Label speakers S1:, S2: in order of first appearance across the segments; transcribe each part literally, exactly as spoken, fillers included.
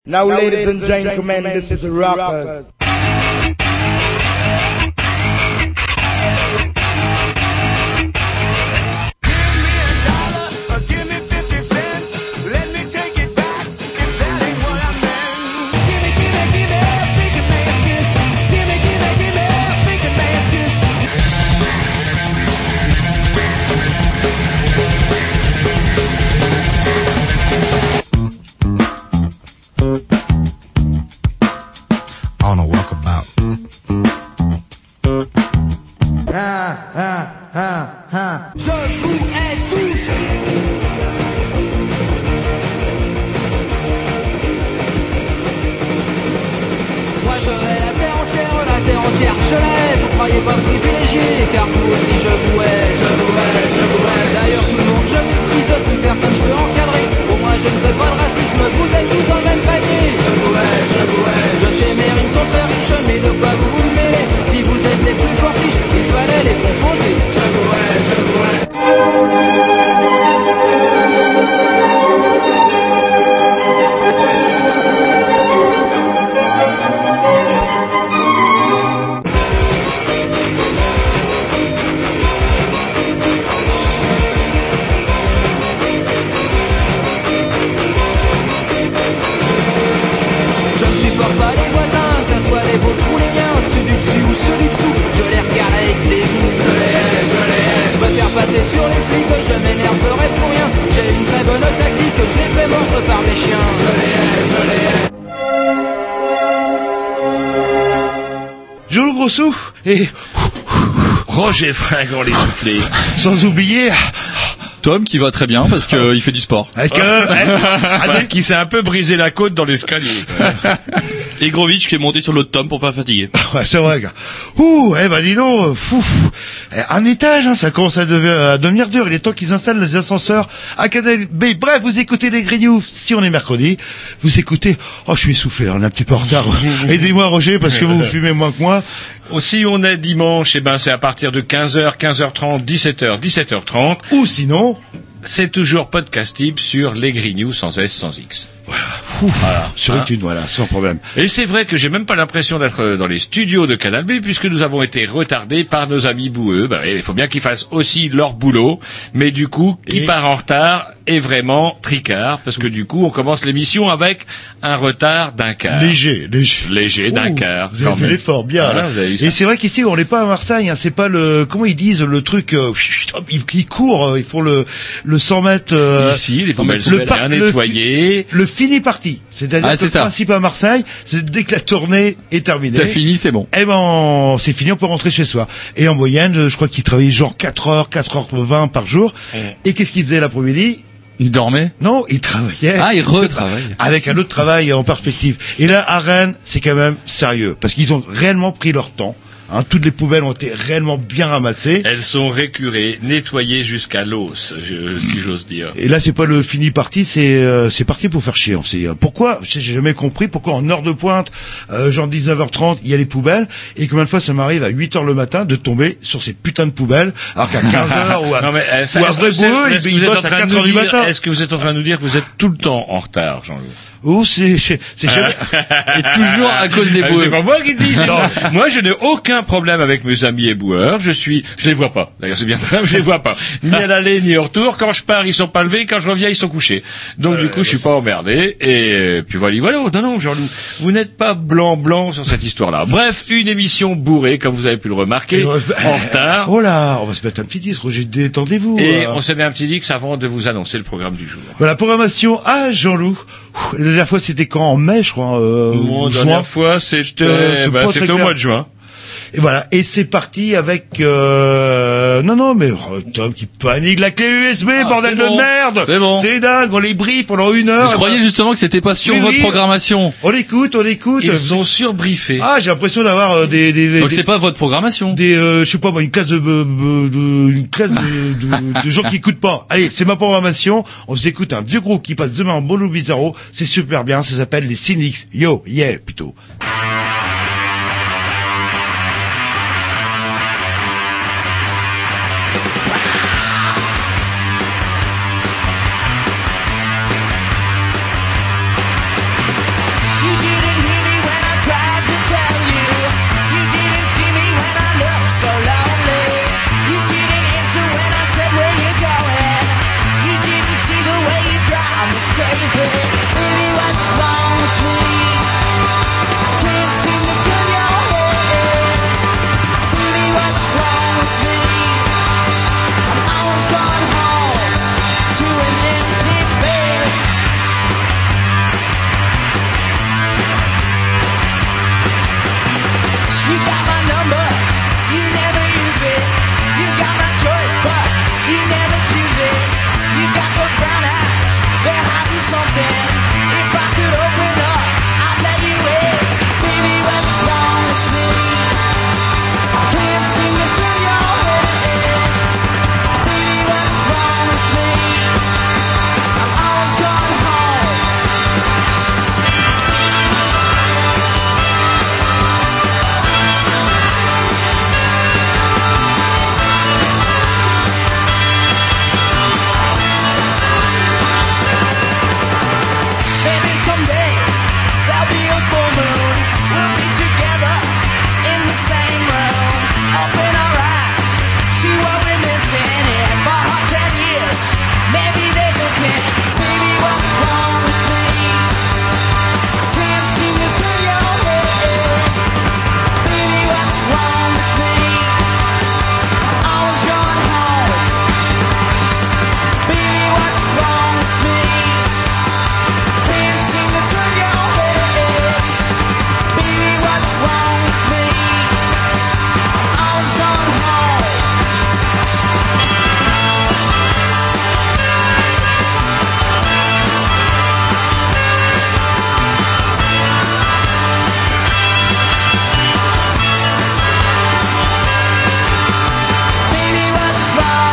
S1: Now, ladies and gentlemen, this is Rockers.
S2: Et
S3: Roger Fringant les soufflés.
S2: Sans oublier
S4: Tom qui va très bien parce qu'il fait du sport.
S2: Avec euh,
S3: ouais, qui s'est un peu brisé la côte dans l'escalier.
S4: Et Grovitch qui est monté sur l'autre Tom pour pas fatiguer.
S2: Ouais, c'est vrai, gars. Ouh, eh ben dis donc, fou, fou. Un étage, hein, ça commence à devenir, à devenir dur. Il est temps qu'ils installent les ascenseurs à Canal B. Bref, vous écoutez les Grignoux. Si on est mercredi, vous écoutez. Oh, je suis essoufflé, on est un petit peu en retard. Aidez-moi, Roger, parce que vous fumez moins que moi.
S3: Si on est dimanche, eh ben c'est à partir de quinze heures, quinze heures trente, dix-sept heures, dix-sept heures trente.
S2: Ou sinon,
S3: c'est toujours podcastable sur les Grignoux sans S, sans X.
S2: Voilà, Fou, voilà, sur hein. iTunes, voilà, sans problème.
S3: Et c'est vrai que j'ai même pas l'impression d'être dans les studios de Canal B puisque nous avons été retardés par nos amis boueux. Ben, il faut bien qu'ils fassent aussi leur boulot, mais du coup, qui Et... part en retard est vraiment tricard parce que du coup, on commence l'émission avec un retard d'un quart.
S2: Léger, léger,
S3: léger d'un quart.
S2: Vous avez fait l'effort, bien. Voilà, et c'est vrai qu'ici, on n'est pas à Marseille, hein, c'est pas le, comment ils disent le truc, euh, ils, ils courent, ils font le le cent mètres. Euh,
S3: Ici, les poubelles sont bien nettoyées.
S2: Le fini parti. C'est-à-dire
S4: ah,
S2: que le principe à Marseille, c'est dès que la tournée est terminée.
S4: T'as fini, c'est bon.
S2: Eh ben, c'est fini, on peut rentrer chez soi. Et en moyenne, je crois qu'ils travaillaient genre quatre heures, quatre heures vingt par jour. Mmh. Et qu'est-ce qu'ils faisaient l'après-midi?
S4: Ils dormaient?
S2: Non, ils travaillaient.
S4: Ah, ils retravaillent.
S2: Avec un autre travail en perspective. Et là, à Rennes, c'est quand même sérieux. Parce qu'ils ont réellement pris leur temps. Hein, toutes les poubelles ont été réellement bien ramassées.
S3: Elles sont récurées, nettoyées jusqu'à l'os, je, si j'ose dire.
S2: Et là, c'est pas le fini parti, c'est euh, c'est parti pour faire chier. C'est euh, pourquoi j'ai jamais compris pourquoi en heure de pointe, euh, genre dix-neuf heures trente, il y a les poubelles et combien de fois ça m'arrive à huit heures le matin de tomber sur ces putains de poubelles alors qu'à quinze heures ou à, non mais, euh, ça, ou à vrai boulot, ils bossent à quatre heures du matin.
S3: Est-ce que vous êtes en train de nous dire que vous êtes tout le temps en retard, Jean-Louis?
S2: Oh, c'est, c'est, c'est jamais...
S4: Et toujours à cause des boueurs.
S3: C'est pas moi qui dis ça. Moi, je n'ai aucun problème avec mes amis éboueurs. Je suis, je les vois pas. D'ailleurs, c'est bien grave, je les vois pas. Ni à l'aller, ni au retour. Quand je pars, ils sont pas levés. Quand je reviens, ils sont couchés. Donc, euh, du coup, je suis pas emmerdé. Et puis voilà, voilà. Non, non, Jean-Loup, vous n'êtes pas blanc-blanc sur cette histoire-là. Bref, une émission bourrée, comme vous avez pu le remarquer, euh, en retard.
S2: Oh là, on va se mettre un petit disque, Roger, détendez-vous.
S3: Et
S2: euh.
S3: on se met un petit disque avant de vous annoncer le programme du jour.
S2: Voilà, programmation à Jean-Loup. La dernière fois, c'était quand? En mai, je crois. Euh,
S3: Bon, la dernière fois, c'était, euh, bah, c'était au mois de juin.
S2: Et voilà. Et c'est parti avec, euh, non, non, mais, oh, Tom qui panique la clé U S B, ah, bordel de bon. merde!
S4: C'est bon.
S2: C'est dingue, on les briefe pendant une heure.
S4: Je croyais ben... justement que c'était pas sur oui, votre programmation.
S2: On écoute, on écoute.
S3: Ils sont surbriefés.
S2: Ah, j'ai l'impression d'avoir euh, des, des,
S4: Donc
S2: des,
S4: c'est pas votre programmation.
S2: Des, euh, je sais pas, moi, une classe de, de, de une classe de, de, de gens qui écoutent pas. Allez, c'est ma programmation. On s'écoute un vieux groupe qui passe demain en Bono Bizarro. C'est super bien. Ça s'appelle les Cynics. Yo, yeah, plutôt.
S5: the full moon, we'll be together in the same room. Open our eyes, see what we're missing. And for hot ten years, maybe they pretend. Baby, what's wrong with me? Can't seem to turn your head. Baby, what's wrong with me? Always going home. Baby, what's wrong with me? Can't seem to turn your head. Baby, what's wrong with me? Always going home. Baby, what's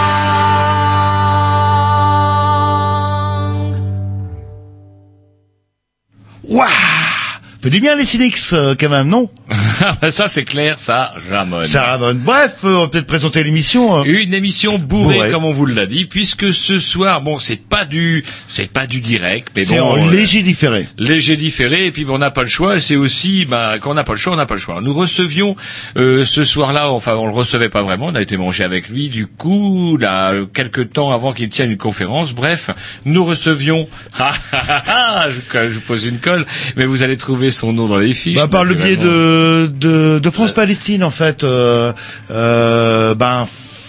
S5: wrong?
S2: Waouh, fait du bien les Cynics euh, quand même, non?
S3: Ça c'est clair, ça ramone.
S2: Ça ramène. Bref, euh, on va peut-être présenter l'émission. euh.
S3: Une émission bourrée,
S2: Bourrée.
S3: comme on vous l'a dit, puisque ce soir, bon, c'est pas du, c'est pas du direct, mais
S2: C'est
S3: bon,
S2: en
S3: euh,
S2: léger différé.
S3: léger différé, et puis bon, on n'a pas le choix, et c'est aussi, bah, quand on n'a pas le choix, on n'a pas le choix. Nous recevions euh, ce soir-là, enfin, on le recevait pas vraiment, on a été manger avec lui, du coup, là, euh, quelques temps avant qu'il tienne une conférence, bref, nous recevions, ah, ah, ah, ah, je, je vous pose une colle, mais vous allez trouver son nom dans les fiches.
S2: Bah, par le biais
S3: naturellement.
S2: de de, de France Palestine en fait, euh, euh, ben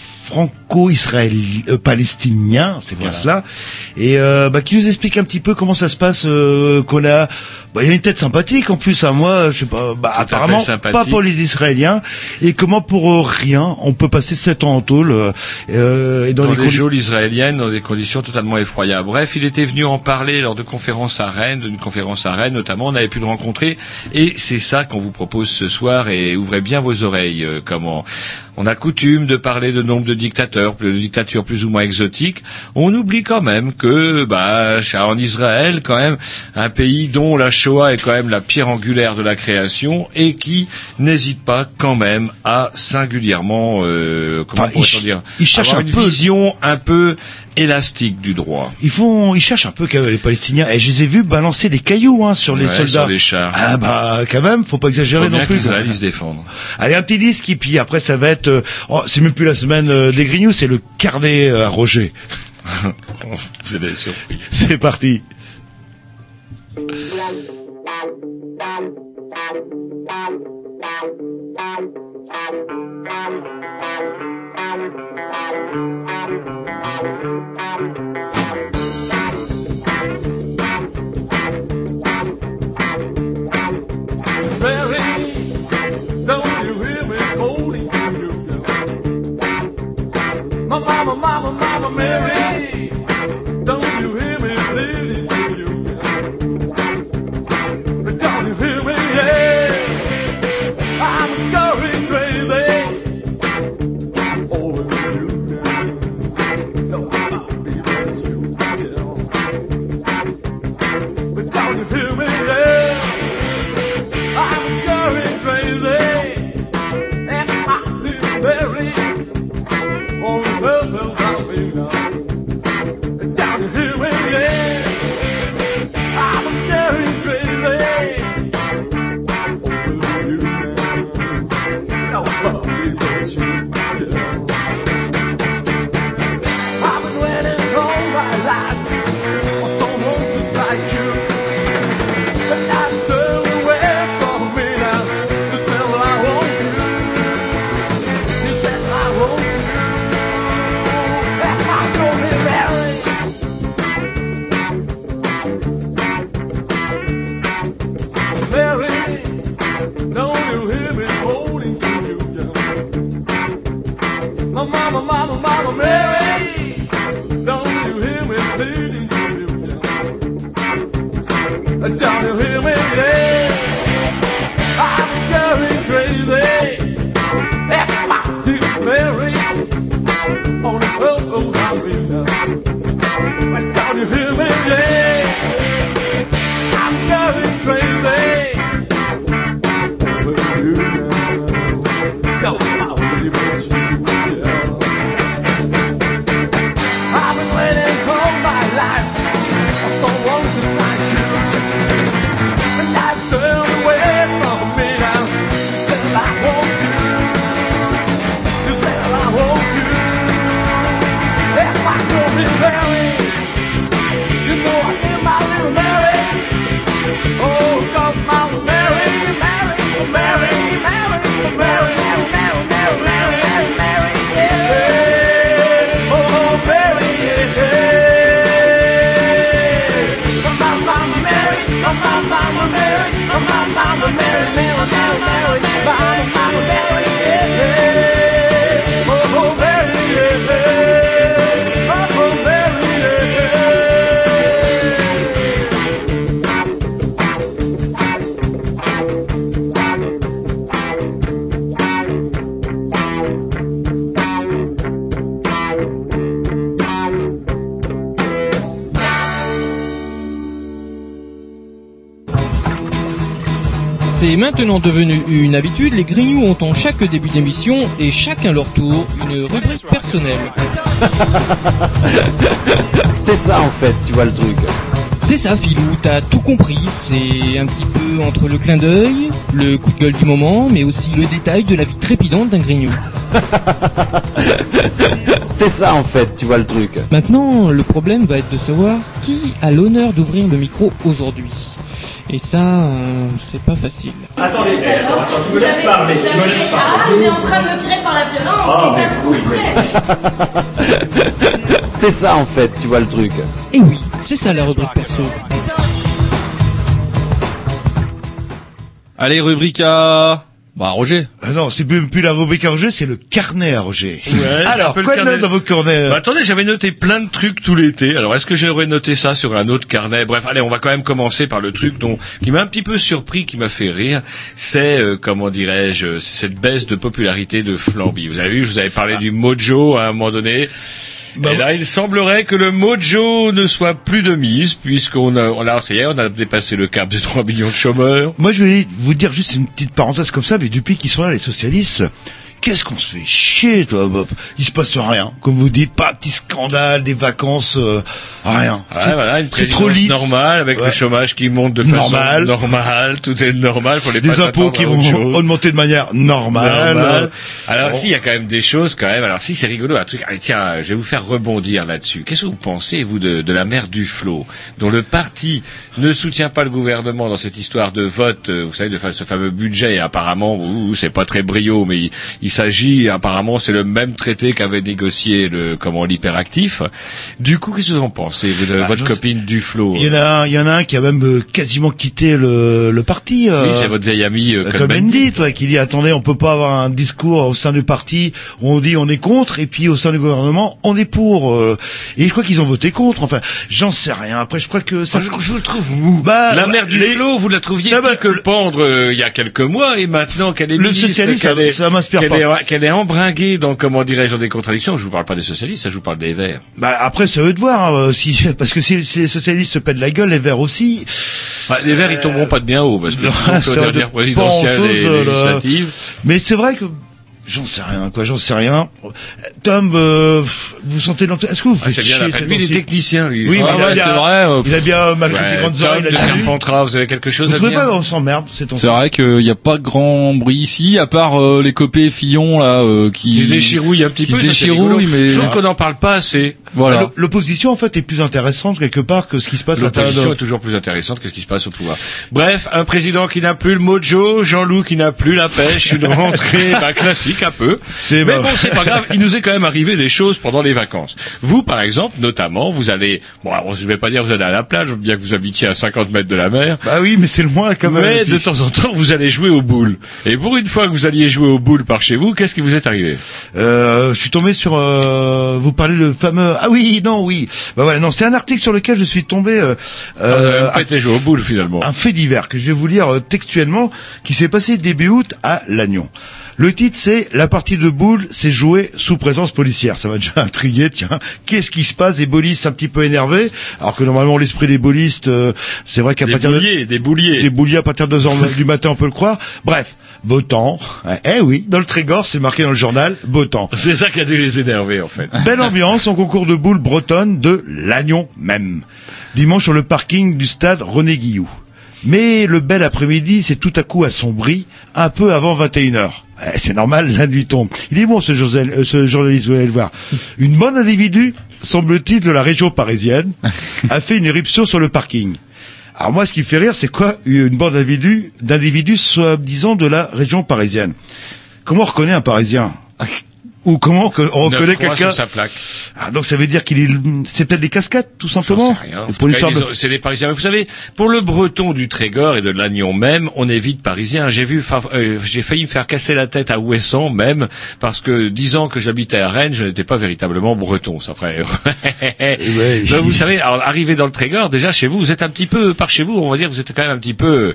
S2: franco-israélien, c'est bien
S3: Voilà.
S2: cela, et euh, bah, qui nous explique un petit peu comment ça se passe, euh, qu'on a, bah, il y a une tête sympathique en plus, à moi, je sais pas, bah,
S3: fait
S2: apparemment
S3: sympathique.
S2: pas pour les Israéliens, et comment pour euh, rien on peut passer sept ans en tôle, euh, euh, et dans,
S3: dans
S2: des
S3: les
S2: condi-
S3: geôles israéliennes, dans des conditions totalement effroyables. Bref, il était venu en parler lors de conférences à Rennes, d'une conférence à Rennes notamment, on avait pu le rencontrer, et c'est ça qu'on vous propose ce soir, et ouvrez bien vos oreilles, euh, comment on a coutume de parler de nombre de dictateurs, de dictatures plus ou moins exotiques, on oublie quand même que, bah, en Israël, quand même, un pays dont la Shoah est quand même la pierre angulaire de la création, et qui n'hésite pas quand même à singulièrement, euh, comment
S2: Enfin,
S3: pourrait-on
S2: il ch-
S3: dire,
S2: il cherche
S3: avoir
S2: un
S3: une
S2: peu-
S3: vision un peu élastique du droit.
S2: Ils font, ils cherchent un peu quand même, les Palestiniens, et je les ai vus balancer des cailloux hein, sur les
S3: Ouais,
S2: soldats.
S3: sur les chars.
S2: Ah bah quand même, faut pas exagérer
S3: Faut
S2: non
S3: bien
S2: plus.
S3: qu'Israël ils se défendent.
S2: Allez, un petit disque, et puis après ça va être... euh, oh, c'est même plus la semaine euh, des Grignoux, c'est le carnet euh, à Roger.
S3: Vous allez être surpris.
S2: C'est parti.
S5: Mary, don't you hear me calling to you? My mama, mama, mama, Mary, don't you hear me pleading to you? Don't you hear me? Yeah, I'm going crazy over you now. Nobody but you, girl. But don't you hear me? Yeah. I'm going crazy, and I still very on the world I'll be now. Don't you hear me? Yeah, I'm going crazy over you now. Nobody but you, girl. I've been waiting all my life for someone just like you. But that's the way for me now. You said I want you. You said I want you. And I told me Mary. Mary, don't you hear me holding to you, young? My mama, mama, mama, Mary, don't you hear me pleading to you, young? Don't you hear me? Yeah, I'm going crazy. If I see Mary on the road, I'll be now. But don't you hear me? Yeah, I'm going crazy over you now. Nobody but you, yeah. mama, mama, Mary, Mary, Mary, Mary, mama, mama, Mary, yeah, yeah. Oh, oh, Mary, yeah, yeah. Oh, oh, Mary, yeah,
S6: C'est maintenant devenu une habitude, les Grignoux ont en chaque début d'émission et chacun leur tour une rubrique personnelle.
S7: C'est ça en fait, tu vois le truc.
S6: C'est ça Philou, t'as tout compris, c'est un petit peu entre le clin d'œil, le coup de gueule du moment, mais aussi le détail de la vie trépidante d'un Grignou.
S7: C'est ça en fait, tu vois le truc.
S6: Maintenant, le problème va être de savoir qui a l'honneur d'ouvrir le micro aujourd'hui. Et ça, euh, c'est pas facile.
S8: Attendez, attends, attends, tu me laisses parler, tu me laisses parler.
S9: Ah, il est en train de me tirer par la violence,
S8: Ah,
S9: c'est ça
S8: mais
S9: que vous faites.
S7: C'est ça en fait, tu vois le truc.
S6: Et oui, c'est ça la rubrique perso.
S4: Allez, rubrique à... Bah, Roger.
S2: Ah non, c'est même plus la rubrique à Roger, c'est le carnet à Roger.
S3: Ouais,
S2: Alors,
S3: c'est un peu
S2: quoi
S3: le
S2: de
S3: carnet.
S2: neuf dans vos carnets?
S3: Bah, attendez, j'avais noté plein de trucs tout l'été. Alors, est-ce que j'aurais noté ça sur un autre carnet? Bref, allez, on va quand même commencer par le truc dont qui m'a un petit peu surpris, qui m'a fait rire. C'est, euh, comment dirais-je, c'est cette baisse de popularité de Flamby. Vous avez vu, je vous avais parlé du mojo à un moment donné.
S2: Bah,
S3: et là, il semblerait que le mojo ne soit plus de mise, puisqu'on a, on a, ça y est, on a dépassé le cap de trois millions de chômeurs.
S2: Moi, je vais vous dire juste une petite parenthèse comme ça, mais depuis qu'ils sont là, les socialistes, qu'est-ce qu'on se fait chier, toi, Bob. Il se passe rien, comme vous dites, pas un petit scandale, des vacances, euh, rien.
S3: Ouais,
S2: c'est,
S3: voilà, une
S2: c'est trop
S3: présidence
S2: lisse.
S3: normale, avec
S2: Ouais.
S3: le chômage qui monte de
S2: Normal.
S3: façon normale, tout est normal, faut les
S2: Des
S3: pas
S2: impôts
S3: s'attendre
S2: qui
S3: à autre
S2: vont
S3: chose.
S2: augmenter de manière normale.
S3: Normal. Alors
S2: Bon.
S3: si, il y a quand même des choses quand même. Alors si, c'est rigolo, un truc. Allez, tiens, je vais vous faire rebondir là-dessus. Qu'est-ce que vous pensez, vous, de, de la maire Duflot, dont le parti ne soutient pas le gouvernement dans cette histoire de vote, euh, vous savez, de fa- ce fameux budget, et apparemment, ouh, c'est pas très brio, mais il, il s'agit, apparemment, c'est le même traité qu'avait négocié le, comment, l'hyperactif. Du coup, qu'est-ce que vous en pensez, vous, de
S2: Bah,
S3: votre
S2: je sais-
S3: copine Duflot?
S2: Il y en a un, il y en a un qui a même euh, quasiment quitté le, le parti. Euh,
S3: Oui, c'est votre vieille amie, euh,
S2: Cohn-Bendit,
S3: Cohn-Bendit.
S2: toi, qui dit attendez, on peut pas avoir un discours au sein du parti où on dit on est contre et puis au sein du gouvernement on est pour. euh, et je crois qu'ils ont voté contre. Enfin, j'en sais rien. Après, je crois que ça.
S3: Ah, je, je le trouve mou.
S2: Bah,
S3: la mère du
S2: les-
S3: flot, vous la trouviez
S2: Ça va,
S3: que
S2: le-
S3: pendre euh, il y a quelques mois, et maintenant qu'elle est
S2: Le
S3: ministre,
S2: socialiste,
S3: qu'elle
S2: ça-
S3: est,
S2: ça m'inspire
S3: qu'elle
S2: pas.
S3: est, qu'elle est embringuée dans, comment dirais-je, dans des contradictions. Je vous parle pas des socialistes, ça je vous parle des Verts.
S2: Bah après, c'est à eux de voir. hein, euh, si parce que si, si les socialistes se pètent la gueule, les Verts aussi.
S3: Enfin, les Verts, ils tomberont pas de bien haut, parce que
S2: non,
S3: disons que
S2: ça
S3: aux
S2: va
S3: dernières
S2: de-
S3: présidentielles
S2: pas en
S3: et
S2: chose, euh, là.
S3: législatives.
S2: Mais c'est vrai que j'en sais rien, quoi. J'en sais rien. Tom, euh, vous sentez l'enthousiasme? Est-ce que vous
S3: Ah,
S2: faites
S3: c'est bien
S2: chier
S3: la
S2: ces
S3: peine. Lui, il est
S2: temps-ci?
S3: technicien, lui.
S2: Oui,
S3: Ah,
S2: mais il a
S3: ouais,
S2: bien,
S4: c'est vrai, euh,
S2: il a bien malgré
S3: ouais,
S2: ses grandes
S3: Tom
S2: oreilles,
S3: de
S2: il a dit.
S3: Carpentras, vous avez quelque chose
S2: Vous
S3: à
S2: trouvez
S3: dire?
S2: pas qu'on s'emmerde ces temps-ci?
S4: C'est vrai qu'il n'y a pas grand bruit ici, à part euh, les copés Fillon là euh, qui...
S3: Qui se déchirouille un petit
S4: qui
S3: peu.
S4: se
S3: ça, c'est
S4: déchirouille,
S3: rigolo.
S4: mais-
S3: Je trouve qu'on n'en parle pas assez.
S4: Voilà.
S2: L'o- L'opposition, en fait, est plus intéressante quelque part que ce qui se passe à l'intérieur
S3: L'opposition
S2: de...
S3: est toujours plus intéressante que ce qui se passe au pouvoir. Bref, un président qui n'a plus le mojo, Jean-Loup qui n'a plus la pêche, une rentrée bah, classique un peu.
S2: C'est
S3: Mais
S2: bah-
S3: bon, c'est pas grave, il nous est quand même arrivé des choses pendant les vacances. Vous, par exemple, notamment, vous allez... Bon, alors, je vais pas dire vous allez à la plage, bien que vous habitiez à cinquante mètres de la mer.
S2: Bah oui, mais c'est loin quand même.
S3: Mais
S2: Et puis-
S3: de temps en temps, vous allez jouer aux boules. Et pour une fois que vous alliez jouer aux boules par chez vous, qu'est-ce qui vous est arrivé?
S2: Euh, je suis tombé sur... Euh, vous parlez de fameux... Ah oui, non, oui. Bah voilà, non, c'est un article sur lequel je suis tombé... Euh,
S3: Ah, vous avez
S2: euh,
S3: même pas été jouer aux boules, finalement.
S2: un fait divers que je vais vous lire euh, textuellement, qui s'est passé début août à Lannion. Le titre, c'est « La partie de boules s'est jouée sous présence policière ». Ça m'a déjà intrigué, tiens. Qu'est-ce qui se passe? Des bolistes un petit peu énervés, alors que normalement, l'esprit des bolistes, euh, c'est vrai qu'à
S3: Des
S2: partir de...
S3: bouliers, des bouliers.
S2: Des bouliers à partir de deux heures du matin, on peut le croire. Bref, beau temps. Eh oui, dans le Trégor, c'est marqué dans le journal, beau temps.
S3: C'est ça qui a dû les énerver, en fait.
S2: Belle ambiance en concours de boules bretonnes de Lannion même. Dimanche sur le parking du stade René Guilloux. Mais le bel après-midi s'est tout à coup assombri, un peu avant vingt et une heures. Eh, c'est normal, la nuit tombe. Il est bon ce, journal- euh, ce journaliste, vous allez le voir. Une bonne individu, semble-t-il de la région parisienne, a fait une éruption sur le parking. Alors moi, ce qui me fait rire, c'est quoi une bande d'individus, d'individus soi-disant de la région parisienne? Comment on reconnaît un Parisien? Ou comment que- on reconnaît
S3: neuf trois
S2: quelqu'un
S3: sur sa plaque.
S2: Ah, donc ça veut dire qu'il est, c'est peut-être des cascades, tout simplement.
S3: J'en sais rien.
S2: Et pour une
S3: En tout
S2: sorte
S3: cas,
S2: de-
S3: ils ont- C'est des Parisiens. Mais vous savez, pour le breton du Trégor et de Lannion même, on est vite parisien. J'ai vu, fa- euh, j'ai failli me faire casser la tête à Ouessant même, parce que dix ans que j'habitais à Rennes, je n'étais pas véritablement breton, ça ferait.
S2: ouais.
S3: Donc, vous savez, alors, arrivé dans le Trégor, déjà chez vous, vous êtes un petit peu, par chez vous, on va dire, vous êtes quand même un petit peu,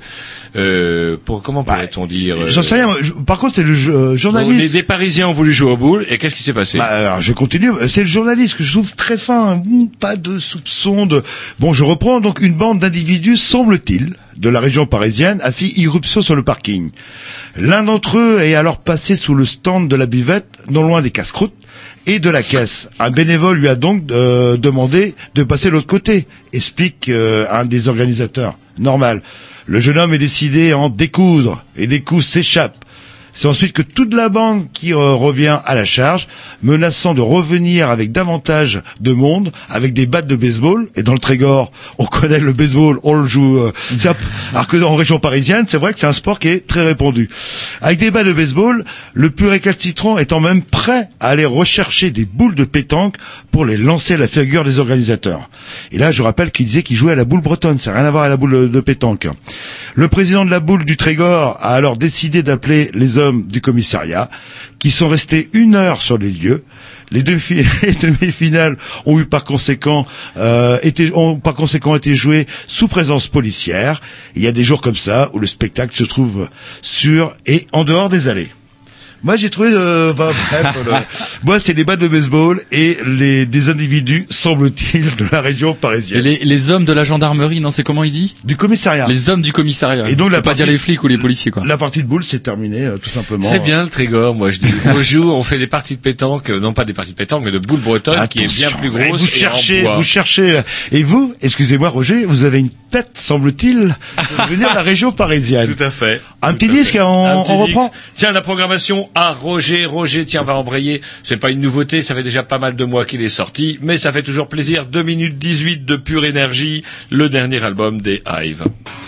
S3: euh, pour comment pourrait-on dire euh,
S2: J'en sais rien. moi, je- Par contre, c'est le jo- euh,
S3: bon,
S2: journaliste.
S3: les, des Parisiens ont voulu jouer au boule, et qu'est-ce qui s'est passé?
S2: Bah, alors, je continue. C'est le journaliste que je trouve très fin. Hum, Pas de soupçon de. Bon, je reprends. Donc, une bande d'individus, semble-t-il, de la région parisienne, a fait irruption sur le parking. L'un d'entre eux est alors passé sous le stand de la buvette, non loin des casse-croûtes et de la caisse. Un bénévole lui a donc euh, demandé de passer de l'autre côté, explique euh, un des organisateurs. Normal. Le jeune homme est décidé à en découdre, et des coups s'échappent. C'est ensuite que toute la bande qui euh, revient à la charge, menaçant de revenir avec davantage de monde, avec des battes de baseball. Et dans le Trégor, on connaît le baseball, on le joue. Euh, c'est un- alors que en région parisienne, c'est vrai que c'est un sport qui est très répandu. Avec des battes de baseball, le plus récalcitrant étant même prêt à aller rechercher des boules de pétanque pour les lancer à la figure des organisateurs. Et là, je rappelle qu'il disait qu'il jouait à la boule bretonne, ça n'a rien à voir à la boule de pétanque. Le président de la boule du Trégor a alors décidé d'appeler les hommes du commissariat, qui sont restés une heure sur les lieux. Les demi- les demi-finales ont eu par conséquent euh, été ont par conséquent été jouées sous présence policière. Il y a des jours comme ça où le spectacle se trouve sur et en dehors des allées. Moi, j'ai trouvé, euh, bah, bref, le- moi, c'est des battes de baseball et les, des individus, semble-t-il, de la région
S4: Et
S2: parisienne.
S4: les, les hommes de la gendarmerie, non, c'est comment il dit?
S2: Du commissariat.
S4: Les hommes du commissariat.
S2: Et donc, la
S4: Faut pas
S2: partie-
S4: dire les flics ou les policiers, quoi.
S2: La partie de boule, c'est terminé, euh, tout simplement.
S3: C'est bien le Trégor, moi je dis. On joue, on fait des parties de pétanque, euh, non pas des parties de pétanque, mais de boules bretonnes, qui est bien
S2: Attention.
S3: plus
S2: Et
S3: grosse.
S2: vous
S3: et en
S2: cherchez,
S3: bois.
S2: vous cherchez. Et vous, excusez-moi, Roger, vous avez une tête, semble-t-il, de venir de la région parisienne.
S3: Tout à fait.
S2: Un
S3: Tout
S2: petit
S3: à
S2: disque,
S3: fait.
S2: on,
S3: Un petit
S2: on
S3: disque.
S2: reprend.
S3: Tiens, la programmation à Roger. Roger, tiens, va embrayer. C'est pas une nouveauté, ça fait déjà pas mal de mois qu'il est sorti, mais ça fait toujours plaisir. deux minutes dix-huit de pure énergie, le dernier album des Hives.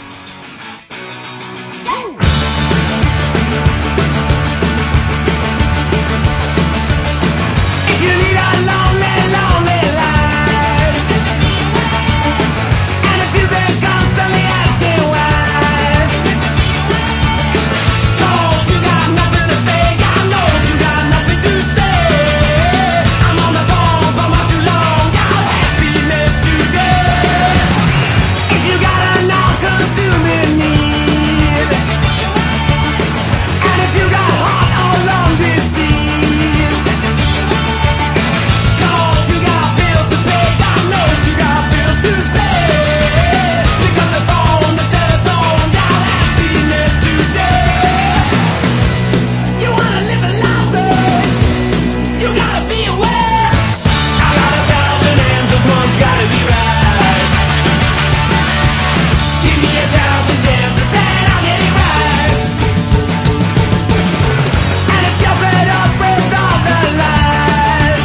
S5: If you lead a lonely, lonely life, and if you've been constantly asking why, 'cause you got nothing to say, God knows you got nothing to say. I'm on the phone for much too long, got happiness today. If you got an all-consuming need, and if you got heart or lung disease, 'cause you got bills to pay, God knows you got bills to pay. Pick up the phone, the telephone, got happiness today. You wanna live a life, babe, you gotta be aware. I got a thousand answers, one's gotta be right. Give me a thousand chances, then I'll get it right. And if you're fed up with all the lies,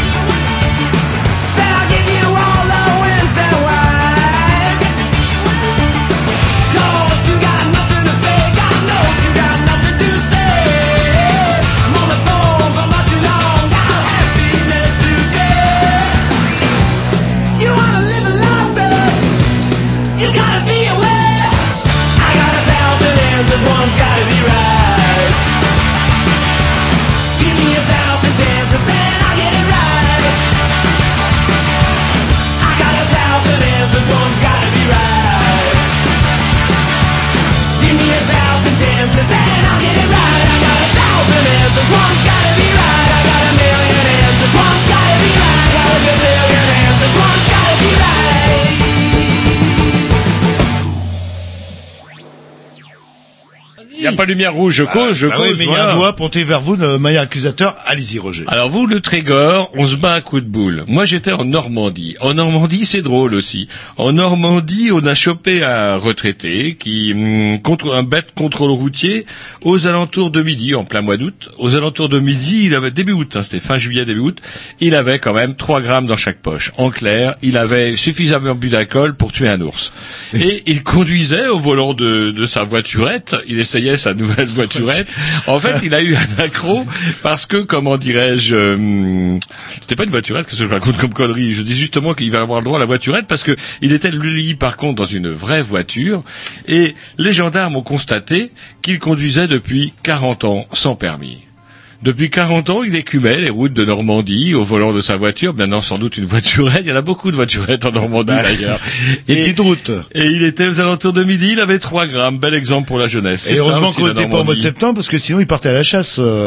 S5: then I'll give you all the wins and whys. 'Cause you got nothing to say, God knows you got nothing to say. I'm on the phone for much too long, got happiness today. You wanna live a life, babe, you gotta be aware. I got a thousand answers, one's gotta be right. Give me a thousand chances, then I'll get it right. I got a thousand answers, one's gotta be right. Give me a thousand chances, then I'll get it right. I got a thousand answers, one's gotta be right. I got a million answers, one's gotta be right. I got a billion answers, one's gotta be right.
S3: Il n'y a pas de lumière rouge, je cause, je
S2: Ah
S3: cause.
S2: oui, mais il y a
S3: voilà.
S2: un doigt pointé vers vous de manière accusateur. Allez-y, Roger.
S3: Alors vous, le Trégor, on se bat à coups de boule. Moi, j'étais en Normandie. En Normandie, c'est drôle aussi. En Normandie, on a chopé un retraité qui hum, contre un bête contrôle routier aux alentours de midi, en plein mois d'août. Aux alentours de midi, il avait début août, hein, c'était fin juillet, début août. Il avait quand même trois grammes dans chaque poche. En clair, il avait suffisamment bu d'alcool pour tuer un ours. Et il conduisait au volant de, de sa voiturette. Il est essayait sa nouvelle voiturette. En fait, il a eu un accro parce que, comment dirais-je, euh, c'était pas une voiturette, qu'est-ce que je raconte comme connerie. Je dis justement qu'il va avoir le droit à la voiturette parce que il était lui, par contre, dans une vraie voiture. Et les gendarmes ont constaté qu'il conduisait depuis quarante ans sans permis. Depuis quarante ans, il écumait les routes de Normandie au volant de sa voiture. Maintenant, sans doute une voiturette. Il y en a beaucoup de voiturettes en Normandie, d'ailleurs.
S2: Et petites routes.
S3: Et il était aux alentours de midi, il avait trois grammes. Bel exemple pour la jeunesse.
S2: Et
S3: C'est
S2: heureusement
S3: ça,
S2: qu'on n'était pas au mois de septembre, parce que sinon il partait à la chasse. Euh...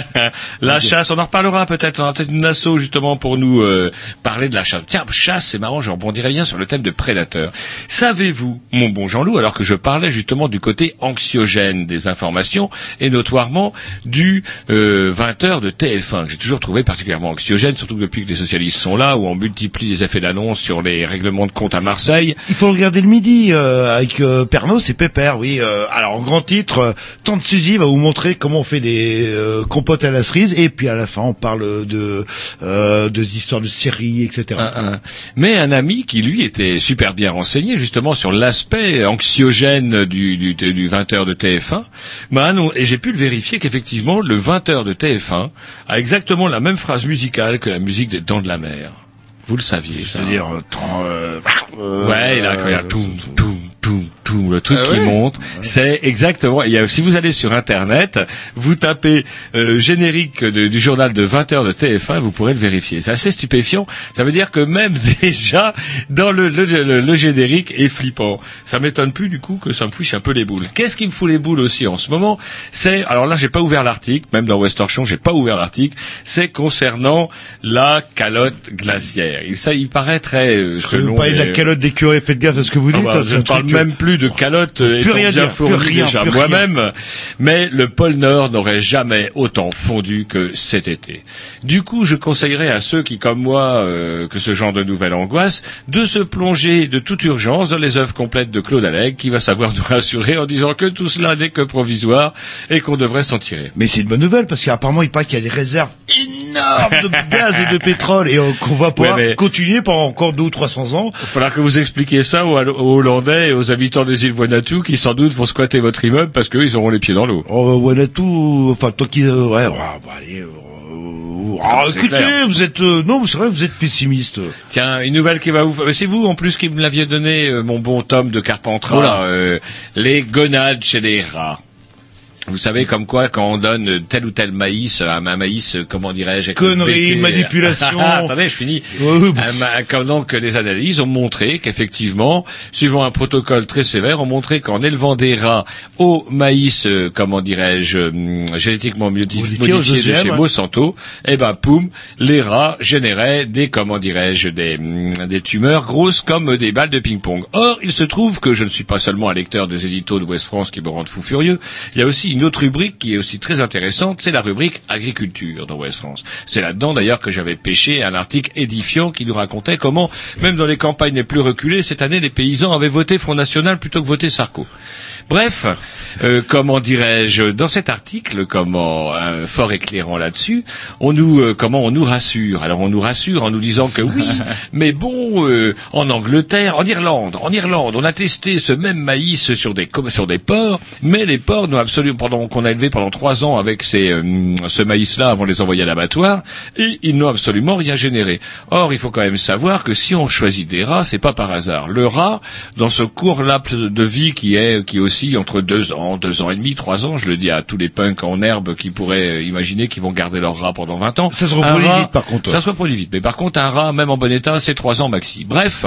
S3: la chasse, on en reparlera peut-être. On aura peut-être une asso, justement, pour nous euh, parler de la chasse. Tiens, chasse, c'est marrant, je rebondirais bien sur le thème de prédateurs. Savez-vous, mon bon Jean-Loup, alors que je parlais justement du côté anxiogène des informations, et notoirement du... Euh, vingt heures de T F un, que j'ai toujours trouvé particulièrement anxiogène, surtout que depuis que les socialistes sont là, où on multiplie les effets d'annonce sur les règlements de compte à Marseille.
S2: Il faut regarder le midi, euh, avec euh, Pernod, c'est pépère, oui. Euh, alors, en grand titre, euh, Tante Suzy va vous montrer comment on fait des euh, compotes à la cerise, et puis à la fin, on parle de euh, de histoires de séries, et cetera.
S3: Un, un. Mais un ami qui, lui, était super bien renseigné, justement, sur l'aspect anxiogène du, du, du vingt heures de T F un, bah, non, et j'ai pu le vérifier qu'effectivement, le vingt heures de T F un a exactement la même phrase musicale que la musique des Dents de la Mer. Vous le saviez, ça?
S2: C'est-à-dire, euh, euh, euh,
S3: ouais, il a
S2: euh,
S3: tout, tout, tout, tout, le truc
S2: ah
S3: qui
S2: ouais
S3: monte, c'est exactement. Il y a, si vous allez sur Internet, vous tapez euh, générique de, du journal de vingt heures de T F un, vous pourrez le vérifier. C'est assez stupéfiant. Ça veut dire que même déjà dans le, le, le, le générique est flippant. Ça m'étonne plus du coup que ça me fiche un peu les boules. Qu'est-ce qui me fout les boules aussi en ce moment? C'est, alors là, j'ai pas ouvert l'article, même dans West Torchon, j'ai pas ouvert l'article. C'est concernant la calotte glaciaire. Et ça, il paraît très euh, selon.
S2: Vous parlez
S3: les...
S2: de la calotte des curés, faites gaffe à ce que vous dites.
S3: Ah bah,
S2: hein,
S3: je ne parle
S2: truc...
S3: même plus de calotte
S2: plus
S3: étant
S2: rien
S3: bien
S2: dire,
S3: fournie
S2: plus rien,
S3: déjà
S2: plus
S3: moi-même,
S2: rien.
S3: mais le pôle Nord n'aurait jamais autant fondu que cet été. Du coup, je conseillerais à ceux qui, comme moi, euh, que ce genre de nouvelle angoisse, de se plonger de toute urgence dans les œuvres complètes de Claude Allègre, qui va savoir nous rassurer en disant que tout cela n'est que provisoire et qu'on devrait s'en tirer.
S2: Mais c'est une bonne nouvelle, parce qu'apparemment, il paraît qu'il y a des réserves énormes de gaz et de pétrole, et euh, qu'on va pouvoir
S3: Ouais, mais...
S2: continuer pendant encore deux ou trois cents ans.
S3: Il va falloir que vous expliquiez ça aux, aux Hollandais et aux habitants des îles Vanuatu qui sans doute vont squatter votre immeuble parce qu'eux ils auront les pieds dans l'eau.
S2: Oh, Vanuatu, enfin, toi qui, euh, ouais, ouais, bon, allez, euh, ah,
S3: c'est
S2: écoutez,
S3: clair.
S2: vous êtes, euh, non, c'est vrai, vous êtes pessimiste.
S3: Tiens, une nouvelle qui va vous... C'est vous, en plus, qui me l'aviez donné, euh, mon bon Tom de Carpentras,
S2: Voilà.
S3: euh, les gonades chez les rats. Vous savez, comme quoi, quand on donne tel ou tel maïs, un maïs, comment dirais-je, avec une
S2: Conneries,
S3: pétée-
S2: manipulation.
S3: Attendez, je finis.
S2: Ouais, ouais,
S3: Un ma- comme donc, les analyses ont montré qu'effectivement, suivant un protocole très sévère, ont montré qu'en élevant des rats au maïs, euh, comment dirais-je, hum, génétiquement modi-
S2: Modifié
S3: modifié,
S2: aux
S3: de
S2: O G M,
S3: chez
S2: ouais.
S3: Monsanto, eh ben, poum, les rats généraient des, comment dirais-je, des, hum, des tumeurs grosses comme des balles de ping-pong. Or, il se trouve que je ne suis pas seulement un lecteur des éditos de West France qui me rendent fou furieux, il y a aussi une autre rubrique qui est aussi très intéressante, c'est la rubrique agriculture dans West France. C'est là-dedans d'ailleurs que j'avais pêché un article édifiant qui nous racontait comment, même dans les campagnes les plus reculées, cette année les paysans avaient voté Front National plutôt que voté Sarko. Bref, euh, comment dirais-je, dans cet article, comment euh, fort éclairant là-dessus, on nous, euh, comment on nous rassure. Alors on nous rassure en nous disant que oui, mais bon, euh, en Angleterre, en Irlande, en Irlande, on a testé ce même maïs sur des comme sur des porcs, mais les porcs n'ont absolument pendant qu'on a élevé pendant trois ans avec ces euh, ce maïs-là avant de les envoyer à l'abattoir, et ils n'ont absolument rien généré. Or, il faut quand même savoir que si on choisit des rats, c'est pas par hasard. Le rat, dans ce court laps de vie qui est qui est aussi entre deux ans, deux ans et demi, trois ans, je le dis à tous les punks en herbe qui pourraient imaginer qu'ils vont garder leur rat pendant vingt ans.
S2: Ça se
S3: Un
S2: reproduit
S3: rat-
S2: vite, par contre.
S3: Ça se reproduit vite. Mais par contre, un rat, même en bon état, c'est trois ans maxi. Bref.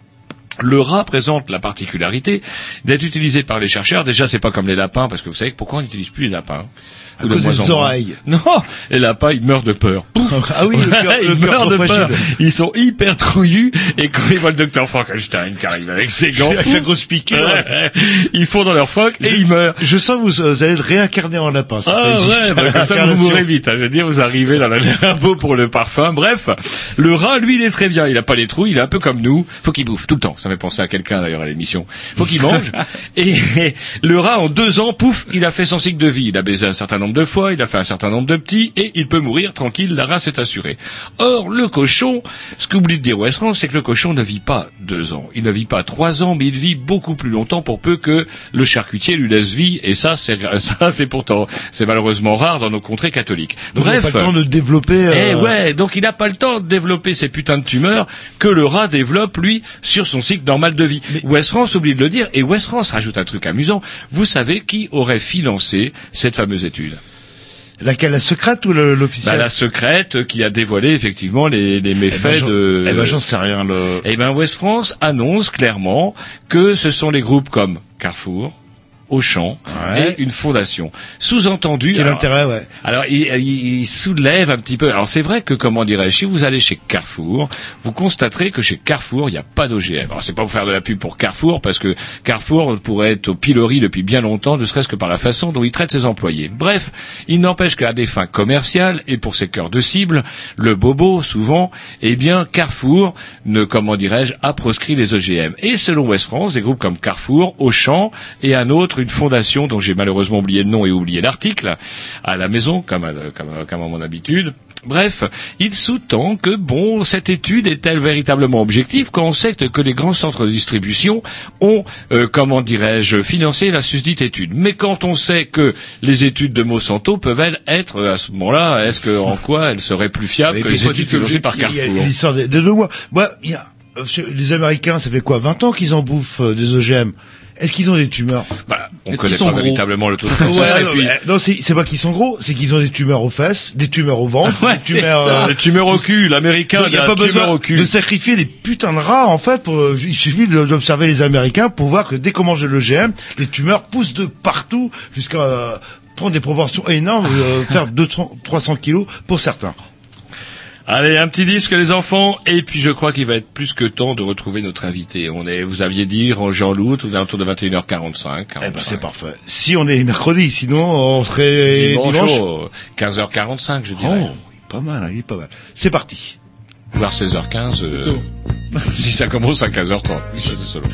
S3: Le rat présente la particularité d'être utilisé par les chercheurs. Déjà, c'est pas comme les lapins, parce que vous savez pourquoi on n'utilise plus les lapins.
S2: À
S3: Ou de
S2: cause
S3: moins
S2: des
S3: en moins.
S2: oreilles.
S3: Non, les lapins, ils meurent de peur.
S2: Ah oui, le cœur, le
S3: Ils
S2: cœur
S3: meurent
S2: trop
S3: de peur.
S2: fragile.
S3: Ils sont hyper trouillus, et quand ils voient le docteur Frankenstein qui arrive avec ses gants,
S2: Avec sa grosse piqûre.
S3: ils font dans leur froc et ils meurent.
S2: Je sens que vous, vous allez être réincarné en lapin. Ça,
S3: Ah
S2: ça existe.
S3: ouais, bah, comme ça vous
S2: Réincarnation.
S3: mourrez vite. Hein. Je veux dire, vous arrivez dans le labo pour le parfum. Bref, le rat, lui, il est très bien. Il a pas les trous, il est un peu comme nous. Faut qu'il bouffe tout le temps. Ça m'est pensé à quelqu'un d'ailleurs à l'émission. Faut qu'il mange. et, et le rat, en deux ans, pouf, il a fait son cycle de vie. Il a baisé un certain nombre de fois, il a fait un certain nombre de petits, et il peut mourir tranquille, la race est assurée. Or, le cochon, ce qu'oublie de dire West France, c'est que le cochon ne vit pas deux ans. Il ne vit pas trois ans, mais il vit beaucoup plus longtemps pour peu que le charcutier lui laisse vie, et ça, c'est, ça, c'est pourtant, c'est malheureusement rare dans nos contrées catholiques.
S2: Donc
S3: Bref.
S2: il n'a pas le temps de développer... Euh...
S3: Eh ouais, donc il n'a pas le temps de développer ces putains de tumeurs que le rat développe, lui, sur son cycle normal de vie. Mais... West France oublie de le dire, et West France rajoute un truc amusant. Vous savez qui aurait financé cette fameuse étude?
S2: Laquelle, la secrète ou le, l'officielle?
S3: Bah, la secrète qui a dévoilé effectivement les, les méfaits
S2: eh ben,
S3: de...
S2: Eh ben, j'en sais rien. Le...
S3: Eh ben, West France annonce clairement que ce sont les groupes comme Carrefour, Auchan,
S2: ouais.
S3: et une fondation. Sous-entendu...
S2: Quel
S3: alors,
S2: intérêt, ouais.
S3: Alors, il, il, il soulève un petit peu... Alors, c'est vrai que, comment dirais-je, si vous allez chez Carrefour, vous constaterez que chez Carrefour, il n'y a pas d'O G M. Alors, c'est pas pour faire de la pub pour Carrefour, parce que Carrefour pourrait être au pilori depuis bien longtemps, ne serait-ce que par la façon dont il traite ses employés. Bref, il n'empêche qu'à des fins commerciales, et pour ses cœurs de cible, le bobo, souvent, eh bien, Carrefour, ne, comment dirais-je, a proscrit les O G M. Et selon West France, des groupes comme Carrefour, Auchan, et un autre, une fondation dont j'ai malheureusement oublié le nom et oublié l'article, à la maison, comme à, comme, comme à mon habitude. Bref, il sous-tend que, bon, cette étude est-elle véritablement objective quand on sait que les grands centres de distribution ont, euh, comment dirais-je, financé la susdite étude. Mais quand on sait que les études de Monsanto peuvent-elles être, à ce moment-là, est-ce que, en quoi elles seraient plus fiables que les études financées par Carrefour?
S2: Il y a l'histoire de, de deux mois. Moi, il y a, les Américains, ça fait quoi, vingt ans qu'ils en bouffent euh, des O G M? Est-ce qu'ils ont des tumeurs?
S3: Bah, on connaît pas gros. Véritablement le taux de cancer.
S2: Ouais,
S3: et
S2: non,
S3: puis...
S2: non, c'est, c'est pas qu'ils sont gros, c'est qu'ils ont des tumeurs aux fesses, des tumeurs au ventre,
S3: ouais,
S2: des tumeurs, euh,
S3: des tumeurs au cul. L'américain
S2: il n'y a pas besoin de sacrifier des putains de rats, en fait, pour, il suffit d'observer les Américains pour voir que dès qu'on mange de l'O G M, les tumeurs poussent de partout jusqu'à euh, prendre des proportions énormes, euh, faire deux cents, trois cents kilos pour certains.
S3: Allez, un petit disque les enfants, et puis je crois qu'il va être plus que temps de retrouver notre invité. On est, vous aviez dit, Jean-Loup, tout autour de vingt et une heures quarante-cinq.
S2: Eh ben, c'est parfait. Si on est mercredi, sinon on serait
S3: dimanche.
S2: dimanche.
S3: Oh, quinze heures quarante-cinq, je dirais.
S2: Oh, pas mal, il est pas mal. C'est parti.
S3: Voire seize heures quinze, euh, si ça commence à quinze heures trente. Oui, c'est solo.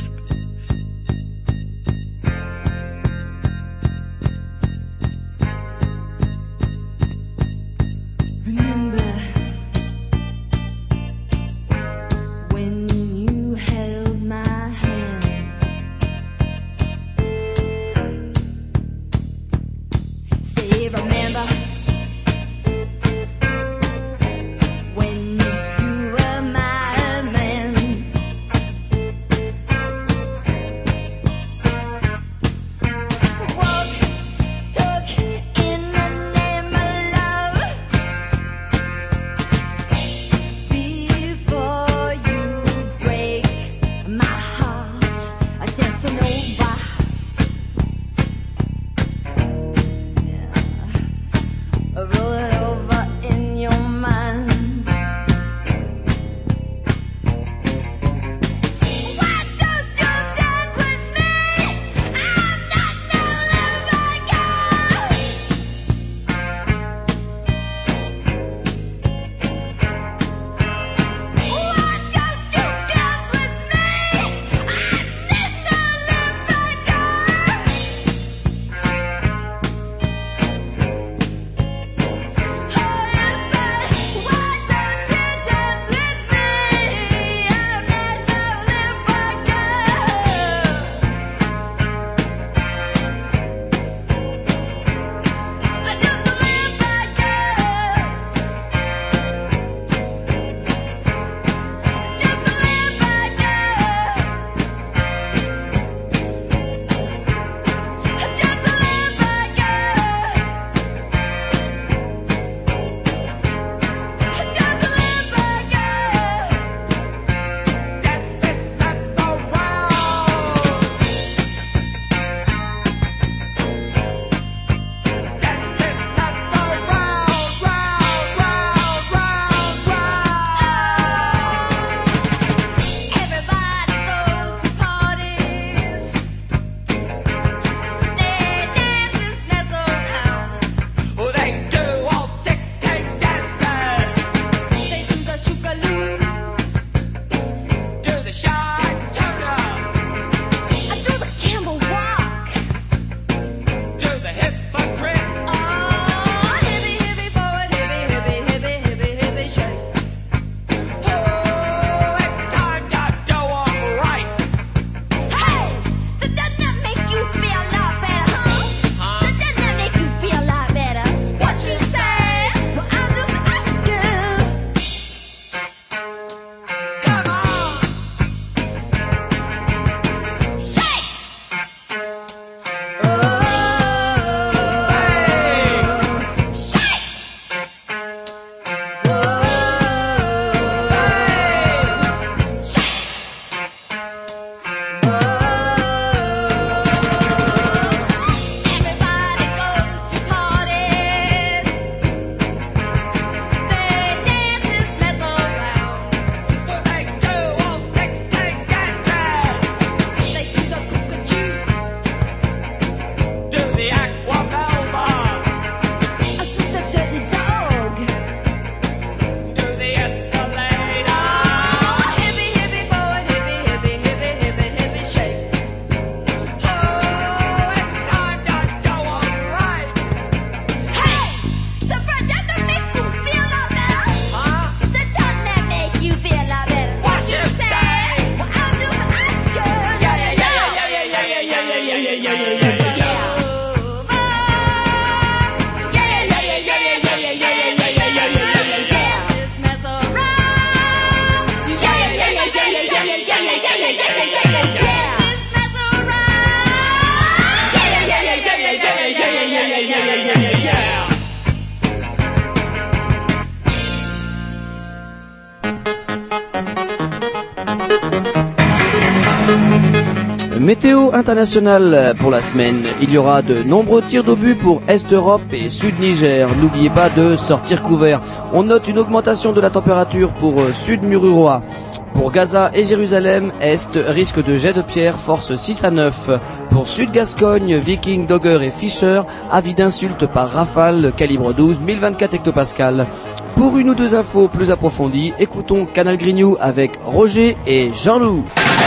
S10: Météo internationale pour la semaine. Il y aura de nombreux tirs d'obus pour Est-Europe et Sud-Niger. N'oubliez pas de sortir couvert. On note une augmentation de la température pour Sud-Mururoa. Pour Gaza et Jérusalem, Est, risque de jet de pierre, force six à neuf. Pour Sud-Gascogne, Viking, Dogger et Fischer, avis d'insulte par rafale, calibre douze, mille vingt-quatre hectopascales. Pour une ou deux infos plus approfondies, écoutons Canal Grignou avec Roger et Jean-Loup.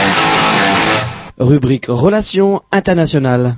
S10: Rubrique Relations internationales.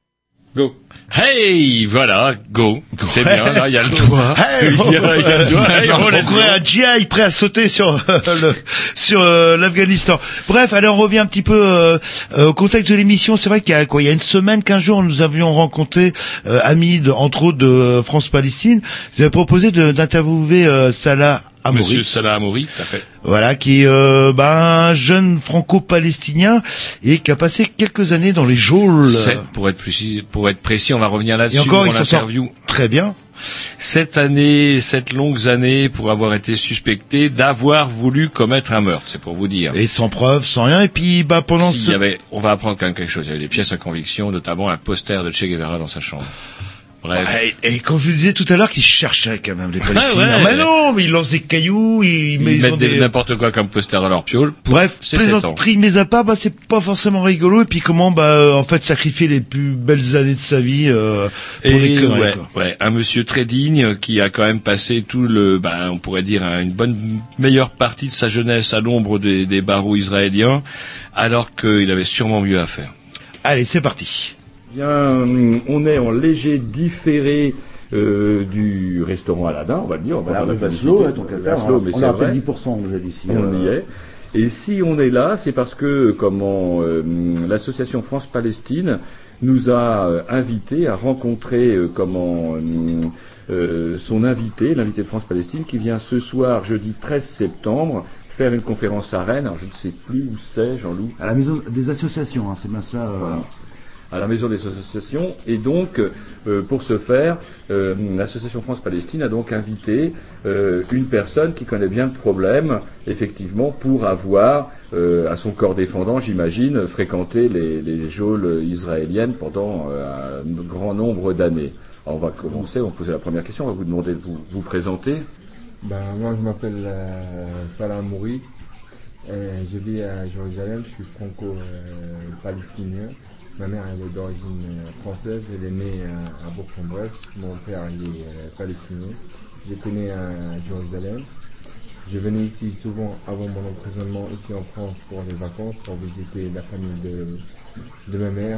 S3: Go. Hey, voilà, go. C'est bien, là, il y a le doigt.
S2: Hey,
S3: il y a, il y a le doigt. Hey,
S2: on courait un G I prêt à sauter sur euh, le, sur euh, l'Afghanistan. Bref, alors on revient un petit peu euh, euh, au contexte de l'émission. C'est vrai qu'il y a quoi, il y a une semaine, quinze jours, nous avions rencontré euh, Hamid, entre autres de euh, France-Palestine. Ils avaient proposé de, d'interviewer euh, Salah Hamouri.
S3: Monsieur Salah Hamouri, tout à fait.
S2: Voilà, qui est euh, ben, un jeune franco-palestinien et qui a passé quelques années dans les geôles.
S3: Sept, pour être précis, pour être précis, on va revenir là-dessus.
S2: Et encore, il s'en sort
S3: l'interview.
S2: Très bien.
S3: Sept années, sept longues années pour avoir été suspecté d'avoir voulu commettre un meurtre, c'est pour vous dire.
S2: Et sans preuve, sans rien. Et puis, bah, pendant
S3: si
S2: ce...
S3: il y avait, on va apprendre quand même quelque chose. Il y avait des pièces à conviction, notamment un poster de Che Guevara dans sa chambre. Bref.
S2: Ouais, et quand je vous disais tout à l'heure qu'ils cherchaient quand même les Palestiniens.
S3: Ouais, ouais.
S2: Mais non, mais ils lancent des cailloux, ils,
S3: Ils,
S2: mais
S3: ils mettent
S2: des...
S3: n'importe quoi comme poster dans leur piole. Pouf,
S2: Bref,
S3: c'est
S2: plaisanterie mais à part, bah c'est pas forcément rigolo. Et puis comment, bah en fait sacrifier les plus belles années de sa vie euh, pour
S3: et
S2: des conneries,
S3: ouais,
S2: quoi.
S3: ouais, un monsieur très digne qui a quand même passé tout le, bah on pourrait dire une bonne meilleure partie de sa jeunesse à l'ombre des, des barreaux israéliens, alors qu'il avait sûrement mieux à faire.
S2: Allez, c'est parti.
S11: Bien, on est en léger différé. Euh, du restaurant Aladdin, on va le dire, on va
S12: voilà,
S11: faire la
S12: Vaslo, tant qu'à faire,
S11: Vaslo, mais
S12: on
S11: c'est
S12: a
S11: vrai.
S12: dix pour cent déjà d'ici.
S11: On
S12: euh...
S11: y est. Et si on est là, c'est parce que comment euh, l'association France-Palestine nous a euh, invités à rencontrer euh, comment euh, euh, son invité, l'invité de France-Palestine, qui vient ce soir, jeudi treize septembre, faire une conférence à Rennes. Alors je ne sais plus où c'est, Jean-Loup.
S12: À la maison des associations, hein, c'est bien cela. Euh...
S11: Voilà. À la maison des associations, et donc euh, pour ce faire, euh, l'association France-Palestine a donc invité euh, une personne qui connaît bien le problème, effectivement, pour avoir euh, à son corps défendant, j'imagine, fréquenté les, les geôles israéliennes pendant euh, un grand nombre d'années. Alors, on va commencer, on va poser la première question, on va vous demander de vous, vous présenter.
S13: Ben, moi je m'appelle euh, Salah Hamouri, euh, je vis à Jérusalem, je suis franco-palestinien. Ma mère elle est d'origine française, elle est née à Bourg-en-Bresse, mon père il est palestinien. J'étais né à Jérusalem. Je venais ici souvent avant mon emprisonnement ici en France pour les vacances, pour visiter la famille de, de ma mère.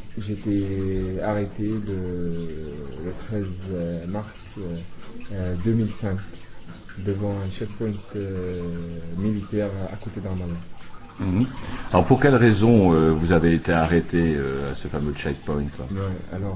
S13: J'étais arrêté de, le treize mars deux mille cinq devant un checkpoint euh, militaire à côté d'Armalah.
S11: Mmh. Alors pour quelle raison euh, vous avez été arrêté euh, à ce fameux checkpoint là ?
S13: Ouais, alors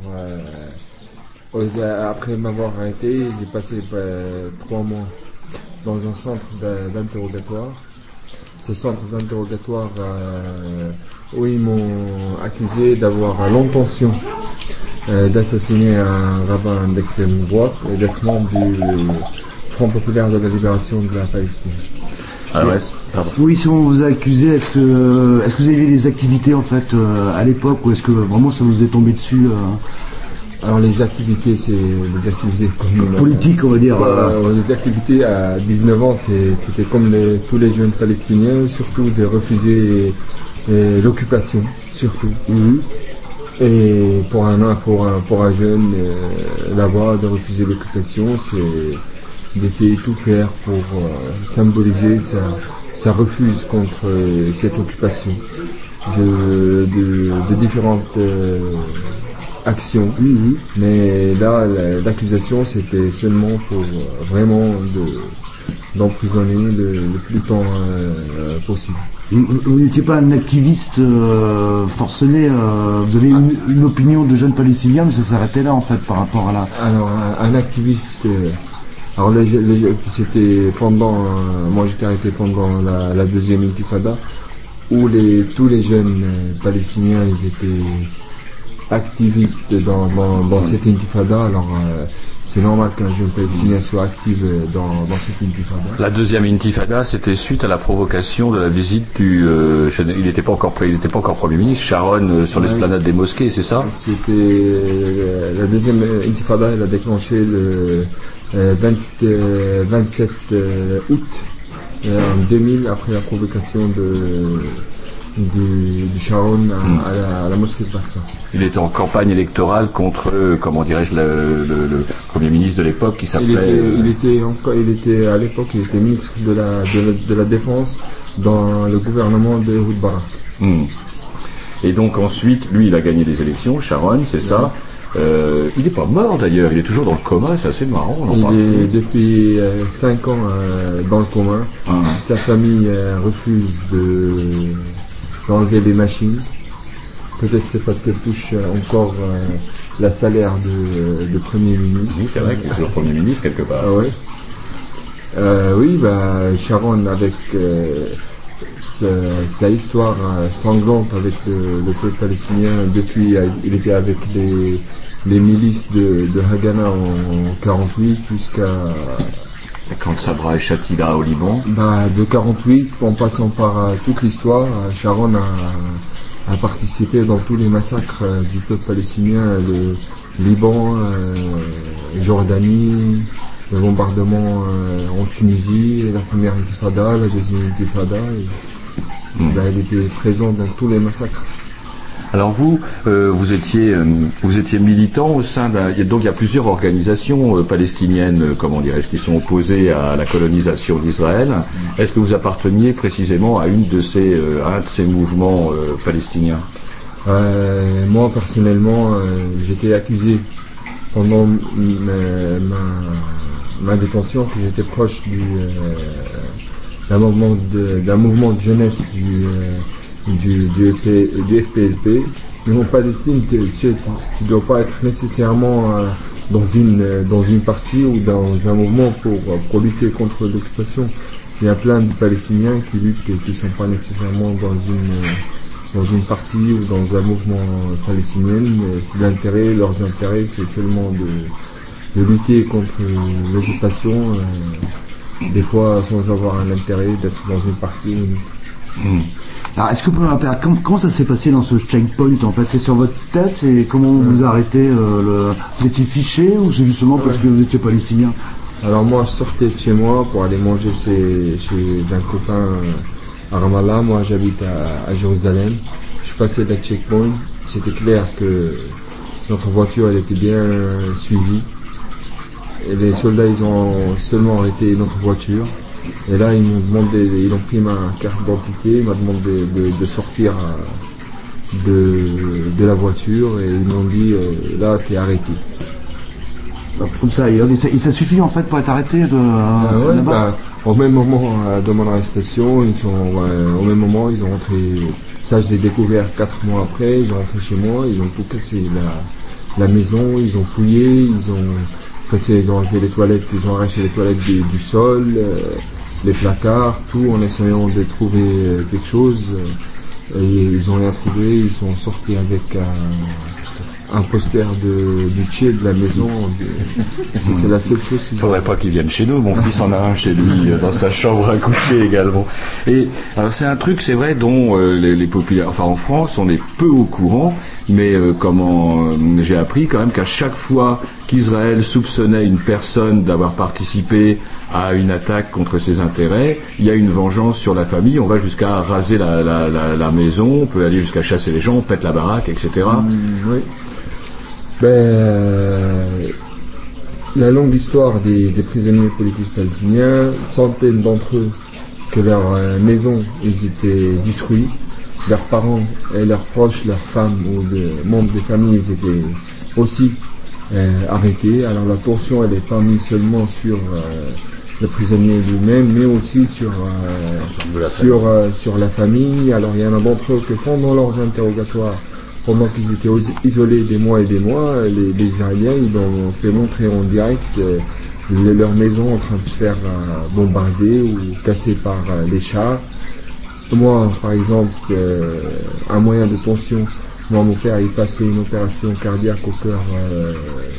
S13: euh, après m'avoir arrêté, j'ai passé euh, trois mois dans un centre d'interrogatoire. Ce centre d'interrogatoire euh, où ils m'ont accusé d'avoir l'intention euh, d'assassiner un rabbin d'extrême droite et d'être membre du Front populaire de la libération de la Palestine.
S12: Ah ouais, oui, si on vous a accusé, est-ce que, est-ce que vous avez des activités en fait euh, à l'époque ou est-ce que vraiment ça vous est tombé dessus euh...
S13: Alors les activités, c'est des activités comme
S12: politiques, on va dire.
S13: Euh, les activités à dix-neuf ans, c'est, c'était comme les, tous les jeunes palestiniens, surtout de refuser et, l'occupation, surtout.
S12: Mm-hmm.
S13: Et pour un pour un pour un jeune euh, là-bas de refuser l'occupation, c'est d'essayer de tout faire pour euh, symboliser sa, sa refuse contre euh, cette occupation de, de, de différentes euh, actions.
S12: Mmh.
S13: Mais là, la, l'accusation, c'était seulement pour euh, vraiment de, d'emprisonner le, le plus temps euh, possible.
S12: Vous n'étiez pas un activiste euh, forcené, euh, vous avez une, une opinion de jeune palestinien, mais ça s'arrêtait là en fait par rapport à la...
S13: Alors, un, un activiste... Euh, Alors les, les, c'était pendant, euh, moi j'étais arrêté pendant la, la deuxième intifada, où les, tous les jeunes euh, palestiniens ils étaient activiste dans, dans, dans cette intifada, alors euh, c'est normal qu'un jeune palestinien soit actif dans, dans cette intifada.
S11: La deuxième intifada, c'était suite à la provocation de la visite du... Euh, il n'était pas encore il n'était pas encore Premier ministre, Sharon, euh, sur l'esplanade des mosquées, c'est ça?
S13: C'était... Euh, la deuxième intifada, elle a déclenché le euh, vingt, euh, vingt-sept euh, août euh, en deux mille, après la provocation de... Du, du Sharon à, mmh. à, la, à la mosquée de Baksa.
S11: Il était en campagne électorale contre, euh, comment dirais-je, le, le, le Premier ministre de l'époque qui s'appelait...
S13: Il était, il était, encore, il était à l'époque, il était ministre de la, de la, de la Défense dans le gouvernement de Ehud Barak.
S11: Mmh. Et donc ensuite, lui, il a gagné les élections, Sharon, c'est mmh. ça. Euh, il n'est pas mort d'ailleurs, il est toujours dans le coma, c'est assez marrant.
S13: Il est plus. depuis euh, cinq ans euh, dans le coma. Mmh. Sa famille euh, refuse de... d'enlever les machines. Peut-être c'est parce qu'elle touche encore euh, la salaire de, de Premier ministre.
S11: Oui, c'est vrai qu'il est toujours Premier ministre quelque part.
S13: Ah ouais. Euh, oui, bah, Sharon, avec euh, sa, sa histoire euh, sanglante avec le, le peuple palestinien, depuis, euh, il était avec les, les milices de, de Haganah en quarante-huit jusqu'à...
S11: Quand Sabra et Shatila au Liban.
S13: Bah, de quarante-huit, en passant par euh, toute l'histoire, euh, Sharon a, a participé dans tous les massacres euh, du peuple palestinien, le Liban, euh, Jordanie, le bombardement euh, en Tunisie, la première intifada, la deuxième intifada. Et, mmh. bah, elle était présente dans tous les massacres.
S11: Alors vous, euh, vous étiez, euh, vous étiez militant au sein d'un. Donc il y a plusieurs organisations euh, palestiniennes, euh, comment dirais-je, qui sont opposées à la colonisation d'Israël. Est-ce que vous apparteniez précisément à une de ces, euh, à un de ces mouvements euh, palestiniens?
S13: euh, Moi personnellement, euh, j'étais accusé pendant ma, ma, ma détention que j'étais proche du euh, d'un mouvement de d'un mouvement de jeunesse du euh, du, du, F P, du F P L P. Mais en Palestine, tu ne dois pas être nécessairement euh, dans, une, euh, dans une partie ou dans un mouvement pour, pour lutter contre l'occupation. Il y a plein de Palestiniens qui luttent et qui ne sont pas nécessairement dans une, euh, dans une partie ou dans un mouvement palestinien. Mais l'intérêt, leurs intérêts, c'est seulement de, de lutter contre l'occupation, euh, des fois sans avoir un intérêt d'être dans une partie ou une autre.
S12: Mmh. Alors, est-ce que vous pouvez me rappeler comment, comment ça s'est passé dans ce checkpoint en fait? C'est sur votre tête? C'est comment vous vous arrêtez euh, le... Vous étiez fiché ou c'est justement parce ouais. que vous étiez palestinien?
S13: Alors moi je sortais de chez moi pour aller manger chez, chez un copain à Ramallah. Moi j'habite à, à Jérusalem. Je passais le checkpoint. C'était clair que notre voiture elle était bien suivie. Et les soldats ils ont seulement arrêté notre voiture. Et là, ils m'ont demandé, ils ont pris ma carte d'identité, ils m'ont demandé de, de sortir de, de la voiture et ils m'ont dit, euh, là, t'es arrêté.
S12: Comme ça, et ça, et ça suffit en fait pour être arrêté de,
S13: ah ouais, bah, au même moment de mon arrestation, ils sont, ouais, au même moment, ils ont rentré, ça je l'ai découvert quatre mois après, ils ont rentré chez moi, ils ont tout cassé la, la maison, ils ont fouillé, ils ont... Après, ils ont enlevé les toilettes, ils ont arraché les toilettes du, du sol, euh, les placards, tout en essayant de trouver euh, quelque chose. Euh, et ils ont rien trouvé, ils sont sortis avec un, un poster de, du Tché de la maison. C'était la seule chose qu'ils...
S11: Faudrait pas qu'ils viennent chez nous, mon fils en a un chez lui, dans sa chambre à coucher également. Et alors c'est un truc, c'est vrai, dont euh, les, les populaires, enfin en France, on est peu au courant, mais euh, comment euh, j'ai appris quand même qu'à chaque fois qu'Israël soupçonnait une personne d'avoir participé à une attaque contre ses intérêts, il y a une vengeance sur la famille, on va jusqu'à raser la, la, la, la maison, on peut aller jusqu'à chasser les gens, on pète la baraque, et cetera.
S13: Mmh, oui. Ben, euh, la longue histoire des, des prisonniers politiques palestiniens, centaines d'entre eux, que leurs euh, maisons ils étaient détruites, leurs parents et leurs proches, leurs femmes ou des membres des familles ils étaient aussi euh, arrêtés. Alors la tension elle est pas mise seulement sur euh, le prisonnier lui-même, mais aussi sur euh, sur euh, sur la famille. Alors il y en a d'entre eux que pendant leurs interrogatoires, pendant qu'ils étaient isolés des mois et des mois, les, les Israéliens ils ont fait montrer en direct euh, leur maison en train de se faire euh, bombarder ou casser par euh, les chars. Moi, par exemple, euh, un moyen de tension Moi, mon père, il passait une opération cardiaque au cœur euh,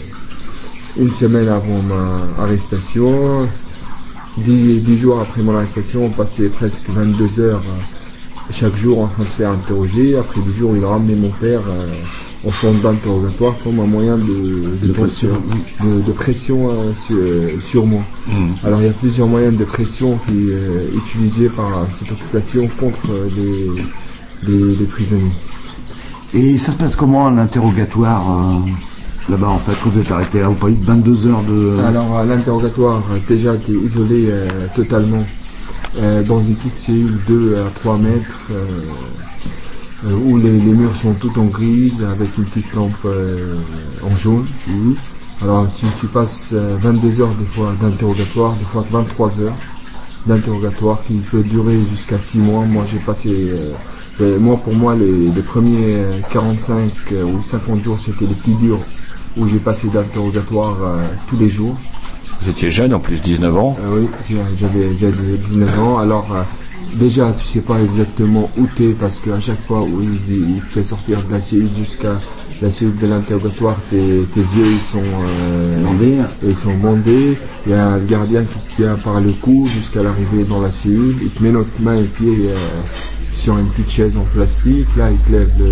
S13: une semaine avant ma arrestation. Dix, dix jours après mon arrestation, on passait presque vingt-deux heures euh, chaque jour en train de se faire interroger. Après dix jours, il a ramené mon père euh, au centre d'interrogatoire comme un moyen de, de,
S12: De
S13: pression,
S12: pression.
S13: de, de pression euh, sur, sur moi.
S2: Mmh.
S13: Alors il y a plusieurs moyens de pression qui euh, utilisés par cette occupation contre les, les, les prisonniers.
S12: Et ça se passe comment un interrogatoire euh, là-bas en fait quand vous êtes arrêté là? Vous parlez de vingt-deux heures de...
S13: Alors à l'interrogatoire, déjà tu es isolé euh, totalement euh, dans une petite cellule deux à trois mètres euh, euh, où les, les murs sont tout en grise avec une petite lampe euh, en jaune.
S12: Mmh.
S13: Alors tu, tu passes euh, vingt-deux heures des fois d'interrogatoire, des fois vingt-trois heures d'interrogatoire qui peut durer jusqu'à six mois. Moi j'ai passé... Euh, Et moi, pour moi, les, les premiers quarante-cinq ou cinquante jours, c'était les plus durs, où j'ai passé d'interrogatoire euh, tous les jours.
S3: Vous étiez jeune, en plus, dix-neuf ans.
S13: Euh, oui, j'avais, j'avais dix-neuf ans. Alors, euh, déjà, tu sais pas exactement où t'es, parce qu'à chaque fois où il, il te fait sortir de la cellule jusqu'à la cellule de l'interrogatoire, tes, tes yeux, ils sont euh, bandés. Ils sont bandés. Il y a un gardien qui te tient par le cou jusqu'à l'arrivée dans la cellule. Il te met notre main et pied... Euh, sur une petite chaise en plastique, là il te lève le,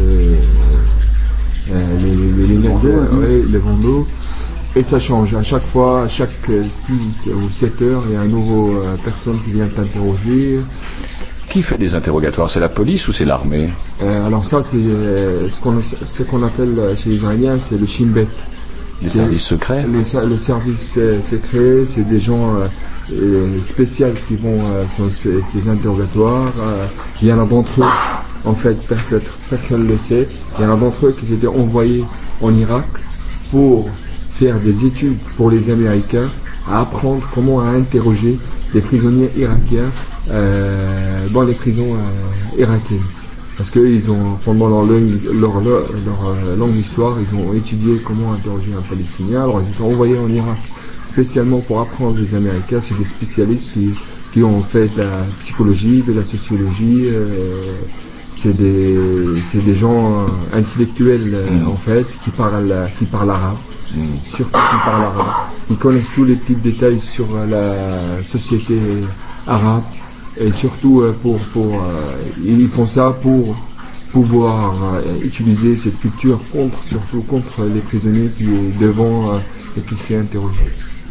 S13: euh, les, les, les, les, bandeaux, ouais, les bandeaux, et ça change. À chaque fois, à chaque six ou sept heures, il y a une nouvelle euh, personne qui vient t'interroger.
S3: Qui fait les interrogatoires? C'est la police ou c'est l'armée?
S13: euh, Alors ça, c'est euh, ce qu'on ce qu'on appelle chez les Iraniens, c'est le Shin Bet.
S3: Les services secrets?
S13: Les, les services euh, secrets, c'est des gens euh, euh, spéciaux qui vont euh, sur ces, ces interrogatoires. Euh, il y en a d'entre eux, en fait, peut-être personne ne le sait, il y en a d'entre eux qui étaient envoyés en Irak pour faire des études pour les Américains, à apprendre comment à interroger les prisonniers irakiens euh, dans les prisons euh, irakiennes. Parce qu'ils ont, pendant leur, leur, leur, leur euh, longue histoire, ils ont étudié comment interroger un Palestinien. Alors ils étaient envoyés en Irak spécialement pour apprendre les Américains. C'est des spécialistes qui, qui ont fait de la psychologie, de la sociologie. Euh, c'est des, c'est des gens intellectuels euh, mmh. en fait, qui parlent, qui parlent arabe. Mmh. Surtout qui parlent arabe. Ils connaissent tous les petits détails sur la société arabe. Et surtout, pour, pour, euh, ils font ça pour pouvoir euh, utiliser cette culture contre, surtout contre les prisonniers qui devant euh, et puis s'y interroger.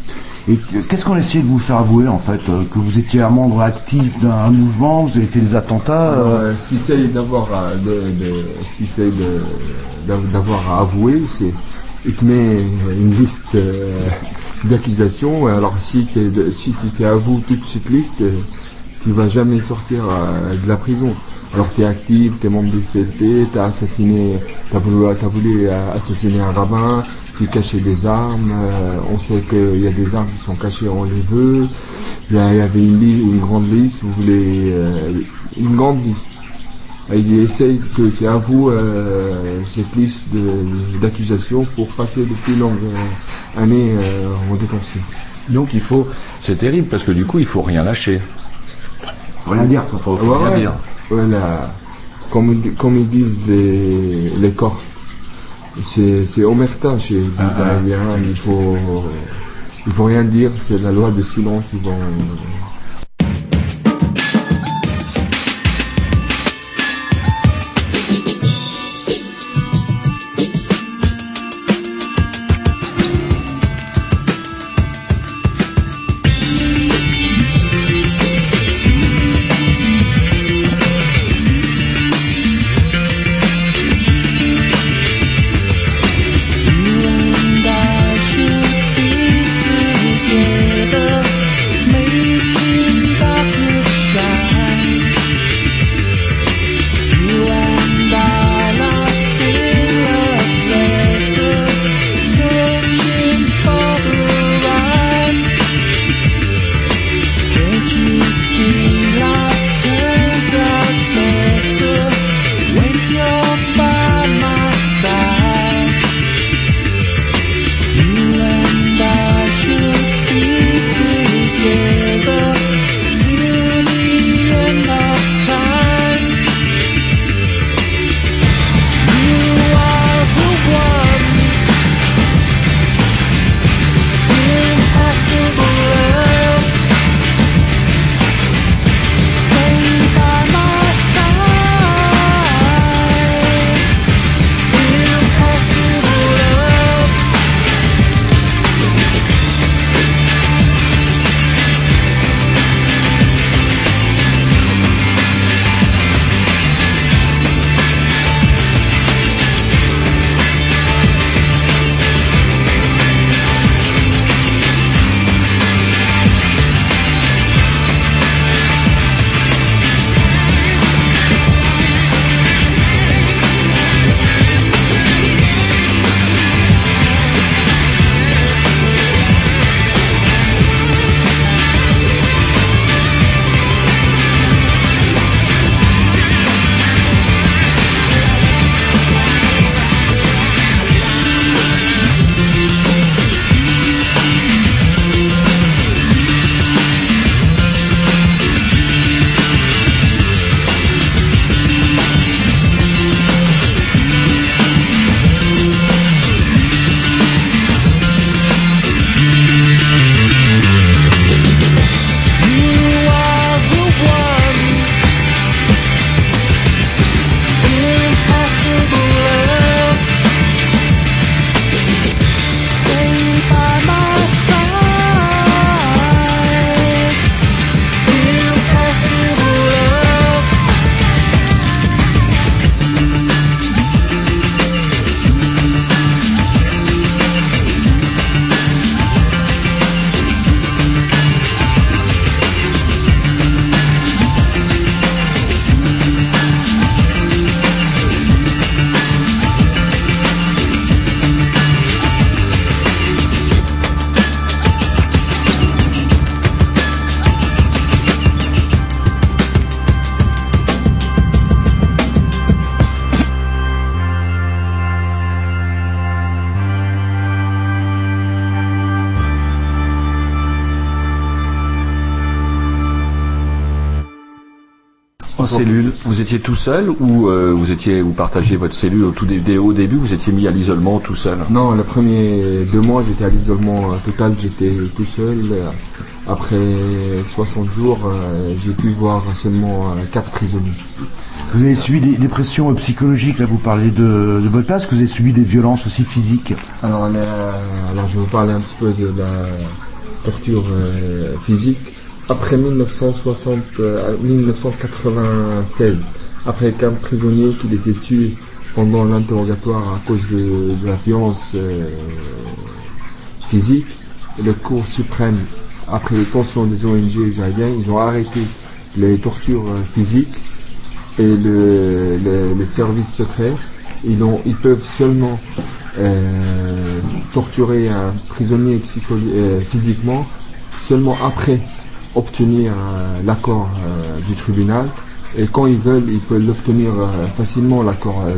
S12: Et qu'est-ce qu'on essayait de vous faire avouer en fait? Que vous étiez un membre actif d'un mouvement, vous avez fait des attentats?
S13: Alors, euh, ce qu'ils essayent d'avoir, de, de, ce qu'ils essayent de, d'avoir à avouer, c'est il te met une liste euh, d'accusations. Alors si tu si tu avoues toute cette liste, tu vas jamais sortir euh, de la prison. Alors tu es actif, tu es membre du P F P, tu as assassiné, tu as voulu, t'as voulu assassiner un rabbin, tu cachais des armes, euh, on sait qu'il y a des armes qui sont cachées, on les veut. Il y, a, il y avait une, une grande liste, vous voulez euh, une grande liste. Et il essaye que tu avoues euh, cette liste de, d'accusations pour passer de plus longues euh, années euh, en détention.
S3: Donc il faut, c'est terrible parce que du coup il faut rien lâcher.
S12: Faut rien dire, quoi.
S3: Faut, faut
S13: ouais,
S3: rien dire.
S13: Voilà. Comme, comme ils disent les, les Corses, c'est, c'est omerta chez les
S3: ah,
S13: Arabiens. Ah. Il faut, il faut rien dire. C'est la loi de silence. Ils vont.
S5: Making
S11: cellule, vous étiez tout seul ou euh, vous étiez, vous partagez votre cellule au tout début, au début, vous étiez mis à l'isolement tout seul?
S13: Non, les premiers deux mois, j'étais à l'isolement euh, total, j'étais tout seul. Après soixante jours, euh, j'ai pu voir seulement euh, quatre prisonniers.
S12: Vous avez subi des, des pressions euh, psychologiques, là vous parlez de, de votre place, que vous avez subi des violences aussi physiques?
S13: Alors, là, alors je vais vous parler un petit peu de la torture euh, physique. Après mille neuf cent soixante, euh, mille neuf cent quatre-vingt-seize, après qu'un prisonnier qui était tué pendant l'interrogatoire à cause de, de la violence euh, physique, le Cour suprême, après les tensions des O N G israéliens, ils ont arrêté les tortures euh, physiques et le, le, les services secrets, ils, ont, ils peuvent seulement euh, torturer un prisonnier psycho- euh, physiquement seulement après obtenir euh, l'accord euh, du tribunal, et quand ils veulent, ils peuvent l'obtenir euh, facilement, l'accord euh,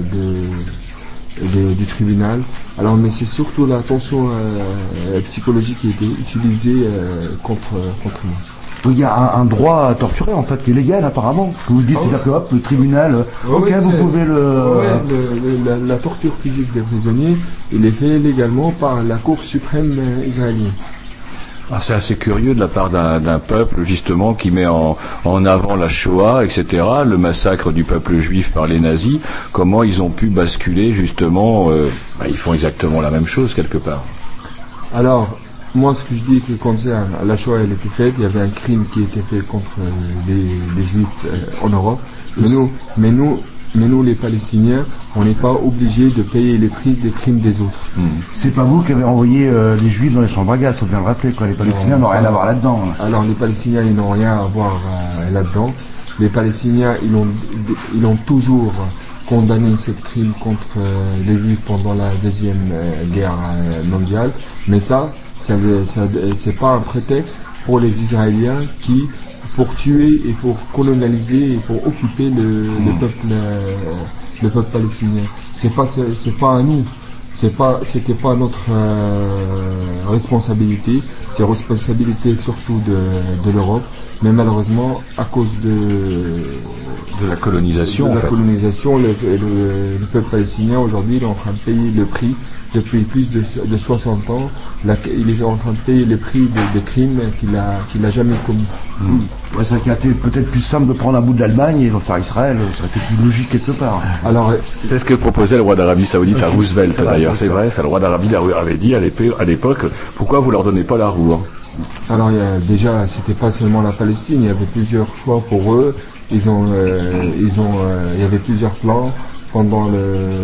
S13: de, de, du tribunal. Alors, mais c'est surtout la tension euh, psychologique qui a été utilisée euh, contre, contre nous.
S12: Il y a un, un droit à torturer en fait qui est légal apparemment. Ce que vous dites,
S13: Ah
S12: c'est-à-dire que hop, le tribunal, euh, ok,
S13: oui,
S12: vous pouvez le...
S13: Ouais, le, le la, la torture physique des prisonniers, il est fait légalement par la Cour suprême euh, israélienne.
S11: Ah, c'est assez curieux de la part d'un, d'un peuple justement qui met en, en avant la Shoah, et cetera, le massacre du peuple juif par les nazis. Comment ils ont pu basculer justement euh, bah, ils font exactement la même chose quelque part.
S13: Alors, moi, ce que je dis que concerne la Shoah, elle était faite. Il y avait un crime qui était fait contre euh, les, les Juifs euh, en Europe. Mais nous, mais nous, mais nous, les Palestiniens, on n'est pas obligés de payer les prix des crimes des autres.
S12: Mmh. C'est pas vous qui avez envoyé euh, les Juifs dans les chambres à gaz, faut bien le rappeler, quoi. Les Palestiniens n'ont rien à voir là-dedans.
S13: Alors, les Palestiniens, ils n'ont rien à voir euh, là-dedans. Les Palestiniens, ils ont, ils ont toujours condamné ce crime contre euh, les Juifs pendant la deuxième euh, guerre euh, mondiale. Mais ça, ça, ça c'est pas un prétexte pour les Israéliens qui, pour tuer et pour colonialiser et pour occuper le, mmh. le peuple, euh, le peuple palestinien. C'est pas, c'est, c'est pas à nous. C'est pas, c'était pas notre euh, responsabilité. C'est responsabilité surtout de, de l'Europe. Mais malheureusement, à cause de
S11: de la colonisation,
S13: de la
S11: en fait.
S13: colonisation, le, le, le peuple palestinien aujourd'hui il est en train de payer le prix depuis plus de, de soixante ans. La, il est en train de payer le prix des de crimes qu'il a qu'il a jamais commis.
S12: Mmh. Ouais, ça aurait été peut-être plus simple de prendre un bout de l'Allemagne et de faire Israël. Ça aurait été plus logique quelque part.
S13: Alors,
S11: c'est ce que proposait le roi d'Arabie Saoudite à Roosevelt d'ailleurs. C'est vrai, c'est le roi d'Arabie avait dit à l'époque, pourquoi vous leur donnez pas la roue, hein?
S13: Alors il y a, déjà, c'était pas seulement la Palestine, il y avait plusieurs choix pour eux. Ils ont, euh, ils ont, euh, il y avait plusieurs plans pendant le,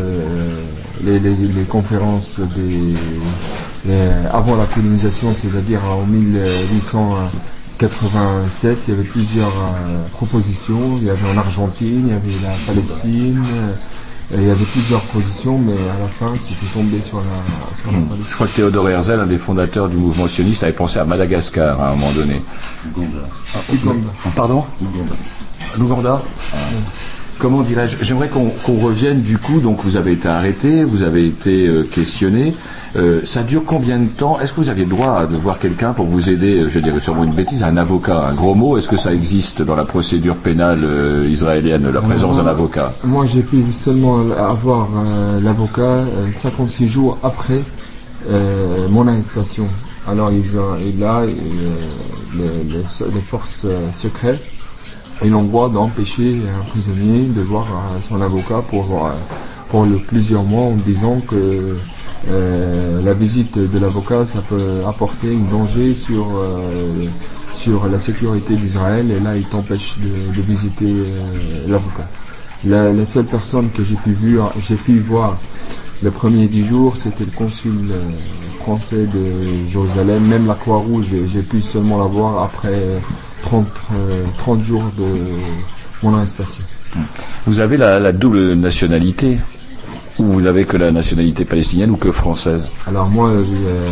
S13: les, les, les conférences des, les, avant la colonisation, c'est-à-dire en mille huit cent quatre-vingt-sept. Il y avait plusieurs euh, propositions. Il y avait en Argentine, il y avait la Palestine. Il y avait plusieurs positions, mais à la fin, c'était tombé sur la, sur la
S11: mmh. Je crois que Théodore Herzl, un des fondateurs du mouvement sioniste, avait pensé à Madagascar à un moment donné.
S13: Ouganda. Ah, Ouganda.
S11: Pardon
S13: Ouganda.
S11: L'Ouganda ah. Comment dirais-je? J'aimerais qu'on, qu'on revienne du coup. Donc vous avez été arrêté, vous avez été euh, questionné. Euh, ça dure combien de temps? Est-ce que vous aviez le droit de voir quelqu'un pour vous aider? Je dirais sûrement une bêtise, un avocat, un gros mot. Est-ce que ça existe dans la procédure pénale euh, israélienne, la présence d'un avocat?
S13: Moi, j'ai pu seulement avoir euh, l'avocat euh, cinquante-six jours après euh, mon arrestation. Alors, ils ont, et là, euh, les, les, les forces euh, secrètes, ils ont le droit d'empêcher un prisonnier de voir euh, son avocat pour, euh, pour le, plusieurs mois en disant que Euh, la visite de l'avocat, ça peut apporter un danger sur, euh, sur la sécurité d'Israël, et là, il t'empêche de, de visiter euh, l'avocat. La, la seule personne que j'ai pu, vu, j'ai pu voir les premiers dix jours, c'était le consul euh, français de Jérusalem, même la Croix-Rouge, j'ai pu seulement la voir après trente, euh, trente jours de mon arrestation.
S11: Vous avez la, la double nationalité? Ou vous n'avez que la nationalité palestinienne ou que française?
S13: Alors moi, euh,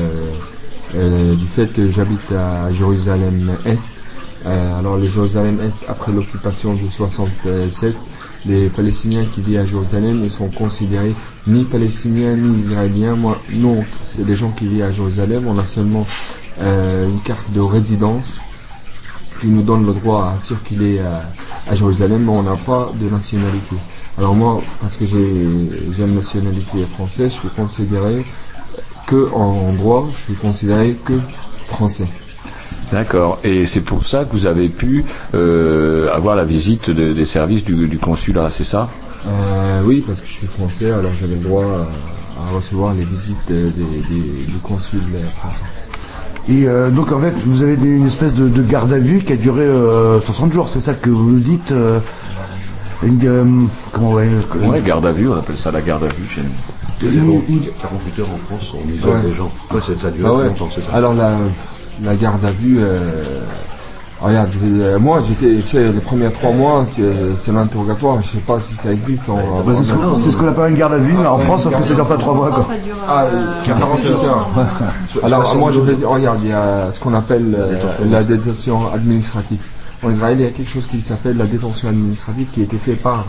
S13: euh, du fait que j'habite à Jérusalem-Est, euh, alors les Jérusalem-Est, après l'occupation de soixante-sept, les Palestiniens qui vivent à Jérusalem, ils sont considérés ni Palestiniens ni Israéliens. Moi, non, c'est les gens qui vivent à Jérusalem, on a seulement euh, une carte de résidence qui nous donne le droit à circuler à, à Jérusalem, mais on n'a pas de nationalité. Alors moi, parce que j'ai, j'ai une nationalité française, je suis considéré que en droit, je suis considéré que français.
S11: D'accord. Et c'est pour ça que vous avez pu euh, avoir la visite de, des services du, du consulat, c'est ça?
S13: euh, Oui, parce que je suis français, alors j'avais le droit à, à recevoir les visites des, des, du consul français.
S12: Et euh, donc en fait, vous avez une espèce de, de garde à vue qui a duré euh, soixante jours, c'est ça que vous nous dites euh, une, euh, comment ouais,
S11: une... ouais, garde à vue, on appelle ça la garde à vue chez nous.
S14: quarante-huit heures en France, on isole
S13: ouais.
S14: les gens. Ouais, ça, ça dure
S13: ah ouais.
S14: longtemps, c'est ça.
S13: Alors la, la garde à vue, euh, regarde, euh, moi j'étais, tu sais, les premiers trois mois, c'est l'interrogatoire, je sais pas si ça existe. En, en,
S12: bah, c'est, ce, c'est ce qu'on appelle une garde à vue, mais en France, sauf que ça dure pas trois mois. Quoi.
S13: Ah, quarante-huit heures. Alors moi je vais dire, regarde, il y a ce qu'on appelle euh, la détention administrative. En Israël, il y a quelque chose qui s'appelle la détention administrative qui a été fait par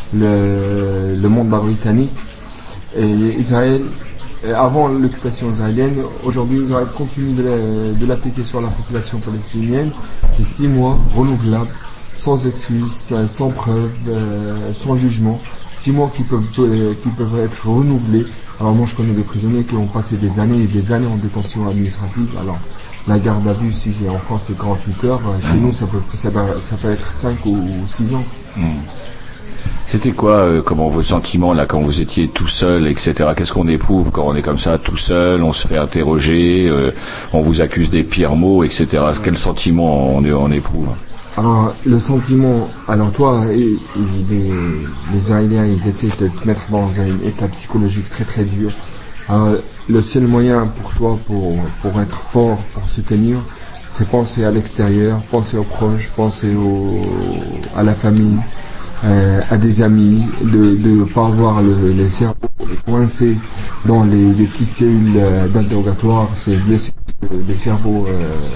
S13: le, le mandat britannique. Et Israël, avant l'occupation israélienne, aujourd'hui Israël continue de, de l'appliquer sur la population palestinienne. C'est six mois renouvelables, sans excuse, sans preuve, euh, sans jugement. Six mois qui peuvent, qui peuvent être renouvelés. Alors moi je connais des prisonniers qui ont passé des années et des années en détention administrative. Alors la garde à vue, si j'ai en France c'est quarante-huit heures, chez mmh. nous ça peut, ça, peut, ça peut être cinq ou six ans. Mmh.
S11: C'était quoi, euh, comment vos sentiments là quand vous étiez tout seul, et cetera. Qu'est-ce qu'on éprouve quand on est comme ça, tout seul, on se fait interroger, euh, on vous accuse des pires mots, et cetera. Quel sentiment on, on éprouve?
S13: Alors le sentiment, alors toi, et, et les, les Israéliens, ils essaient de te mettre dans un état psychologique très très dur. Alors, le seul moyen pour toi, pour pour être fort, pour se tenir, c'est penser à l'extérieur, penser aux proches, penser au, à la famille. Euh, à des amis, de ne pas avoir le, les cerveaux coincés dans les, les petites cellules euh, d'interrogatoire, c'est laisser les cerveaux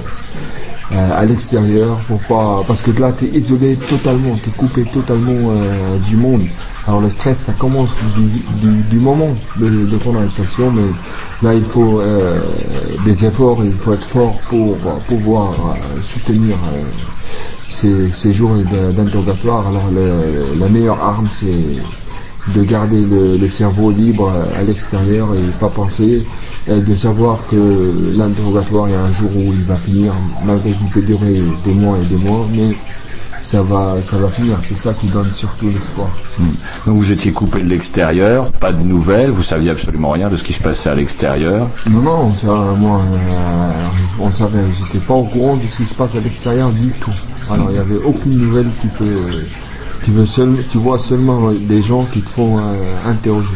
S13: euh, euh, à l'extérieur pour pas, parce que là tu es isolé totalement, tu es coupé totalement euh, du monde. Alors le stress ça commence du, du, du moment de, de ton arrestation, mais là il faut euh, des efforts, il faut être fort pour pouvoir euh, soutenir euh, Ces, ces jours d'interrogatoire. Alors le, la meilleure arme c'est de garder le, le cerveau libre à l'extérieur et pas penser, et de savoir que l'interrogatoire il y a un jour où il va finir, malgré qu'il peut durer des mois et des mois, mais ça va, ça va finir. C'est ça qui donne surtout l'espoir.
S11: Mmh. Donc vous étiez coupé de l'extérieur, pas de nouvelles, vous saviez absolument rien de ce qui se passait à l'extérieur.
S13: Non, non, ça, moi, euh, on savait, j'étais pas au courant de ce qui se passe à l'extérieur du tout. Alors il n'y avait aucune nouvelle qui peut, tu veux seul, tu vois seulement des gens qui te font euh, interroger.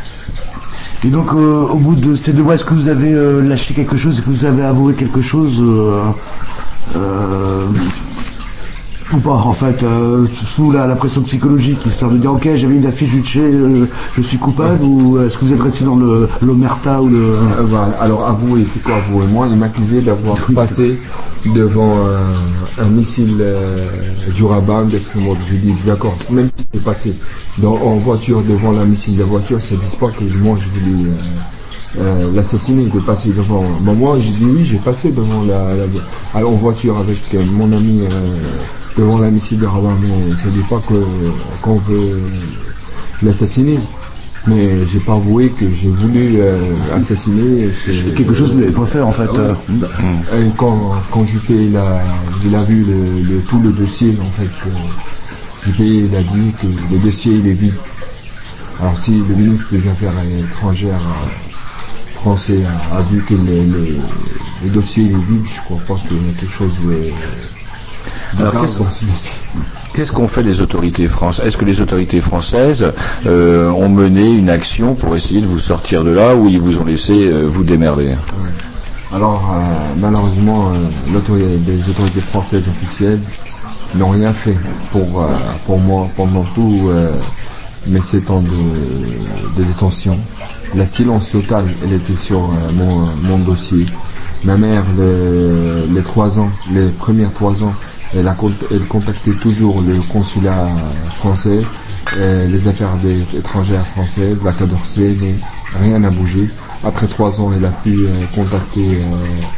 S12: Et donc euh, au bout de ces deux mois, est-ce que vous avez euh, lâché quelque chose, est-ce que vous avez avoué quelque chose euh, euh, ou pas en fait, euh, sous la, la pression psychologique, histoire de dire ok j'avais une affiche du Tché, euh, je suis coupable, ou est-ce que vous êtes resté dans le l'omerta ou le...
S13: Euh, voilà. Alors avouer, c'est quoi avouer? Moi il m'accusait d'avoir passé devant euh, un missile euh, du rabbin d'extrême droite. Je lui dis d'accord, même si j'ai passé dans, en voiture devant la missile de la voiture, ça ne dit pas que moi je voulais euh, euh, l'assassiner, de passer devant. Bon, moi j'ai dit oui, j'ai passé devant la, la alors, en voiture avec euh, mon ami euh, devant la missile de rabbin, mais ça ne dit pas que qu'on veut l'assassiner. Mais j'ai pas avoué que j'ai voulu euh, assassiner.
S12: C'est quelque chose que vous n'avez pas fait en fait. Euh...
S13: Et quand quand Juppé il a il a vu le, le tout le dossier en fait, euh, Juppé il a dit que le dossier il est vide. Alors si le ministre des Affaires étrangères euh, français a, a vu que le, le, le dossier il est vide, je crois pas qu'il y ait quelque chose de.
S11: Alors, qu'est-ce, qu'est-ce qu'ont fait les autorités françaises? Est-ce que les autorités françaises euh, ont mené une action pour essayer de vous sortir de là, ou ils vous ont laissé euh, vous démerder?
S13: Ouais. Alors, euh, malheureusement, euh, l'autorité, les autorités françaises officielles n'ont rien fait pour, euh, pour moi pendant tout euh, mes sept ans de, de détention. La silence totale, elle était sur euh, mon, mon dossier. Ma mère, le, les trois ans, les premières trois ans, Elle, a, elle contactait toujours le consulat français, euh, les affaires des, étrangères françaises, la Quai d'Orsay, mais rien n'a bougé. Après trois ans, elle a pu euh, contacter euh,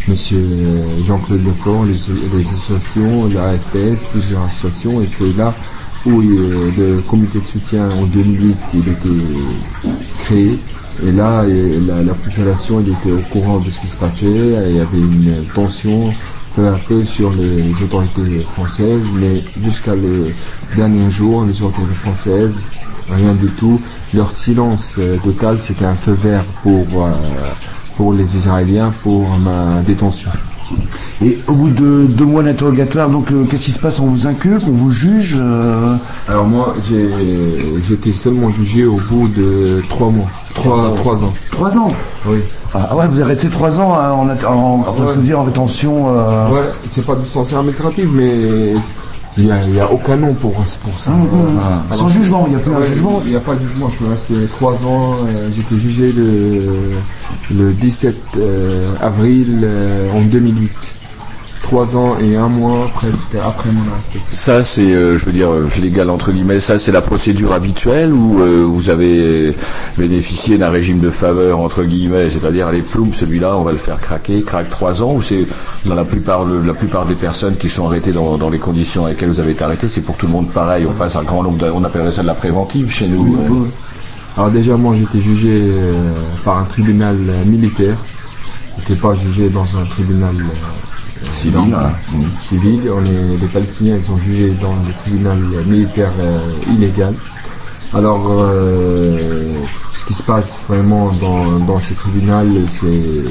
S13: Monsieur Jean-Claude Lefort, les, les associations, la F P S, plusieurs associations, et c'est là où euh, le comité de soutien en deux mille huit il était créé. Et là, et la, la population elle était au courant de ce qui se passait. Il y avait une tension peu à peu sur les autorités françaises, mais jusqu'à le dernier jour, les autorités françaises, rien du tout. Leur silence euh, total, c'était un feu vert pour, euh, pour les Israéliens, pour ma détention.
S12: Et au bout de deux mois d'interrogatoire, donc euh, qu'est-ce qui se passe? On vous inculpe, on vous juge euh...
S13: Alors moi, j'ai j'étais seulement jugé au bout de trois mois, trois, trois ans.
S12: Trois ans?
S13: Oui.
S12: Ah ouais, vous avez resté trois ans hein, en, en, en,
S13: ah, ouais.
S12: dire, en rétention. Euh...
S13: Ouais, c'est pas détention administrative, mais il n'y a, y a aucun nom pour, pour ça.
S12: Mmh, mmh. Ah. Sans Alors, jugement, il n'y a plus ouais, un jugement.
S13: Il n'y a pas de jugement. Je suis resté trois ans. Euh, J'étais jugé le, le dix-sept euh, avril euh, en deux mille huit. Trois ans et un mois presque après mon arrestation.
S14: Ça, c'est, euh, je veux dire, légal entre guillemets, ça c'est la procédure habituelle ou euh, vous avez bénéficié d'un régime de faveur entre guillemets, c'est-à-dire les plombs, celui-là, on va le faire craquer, craque trois ans, ou c'est dans la plupart, le, la plupart des personnes qui sont arrêtées dans, dans les conditions avec lesquelles vous avez été arrêté, c'est pour tout le monde pareil, on passe un grand nombre, de, on appellerait ça de la préventive chez nous.
S13: Oui, oui. Alors déjà, moi j'étais jugé euh, par un tribunal euh, militaire, j'étais pas jugé dans un tribunal euh,
S14: Civil,
S13: hein. mmh. Civil. On est, les Palestiniens ils sont jugés dans le tribunal militaire euh, illégal. Alors, euh, ce qui se passe vraiment dans, dans ces tribunaux, c'est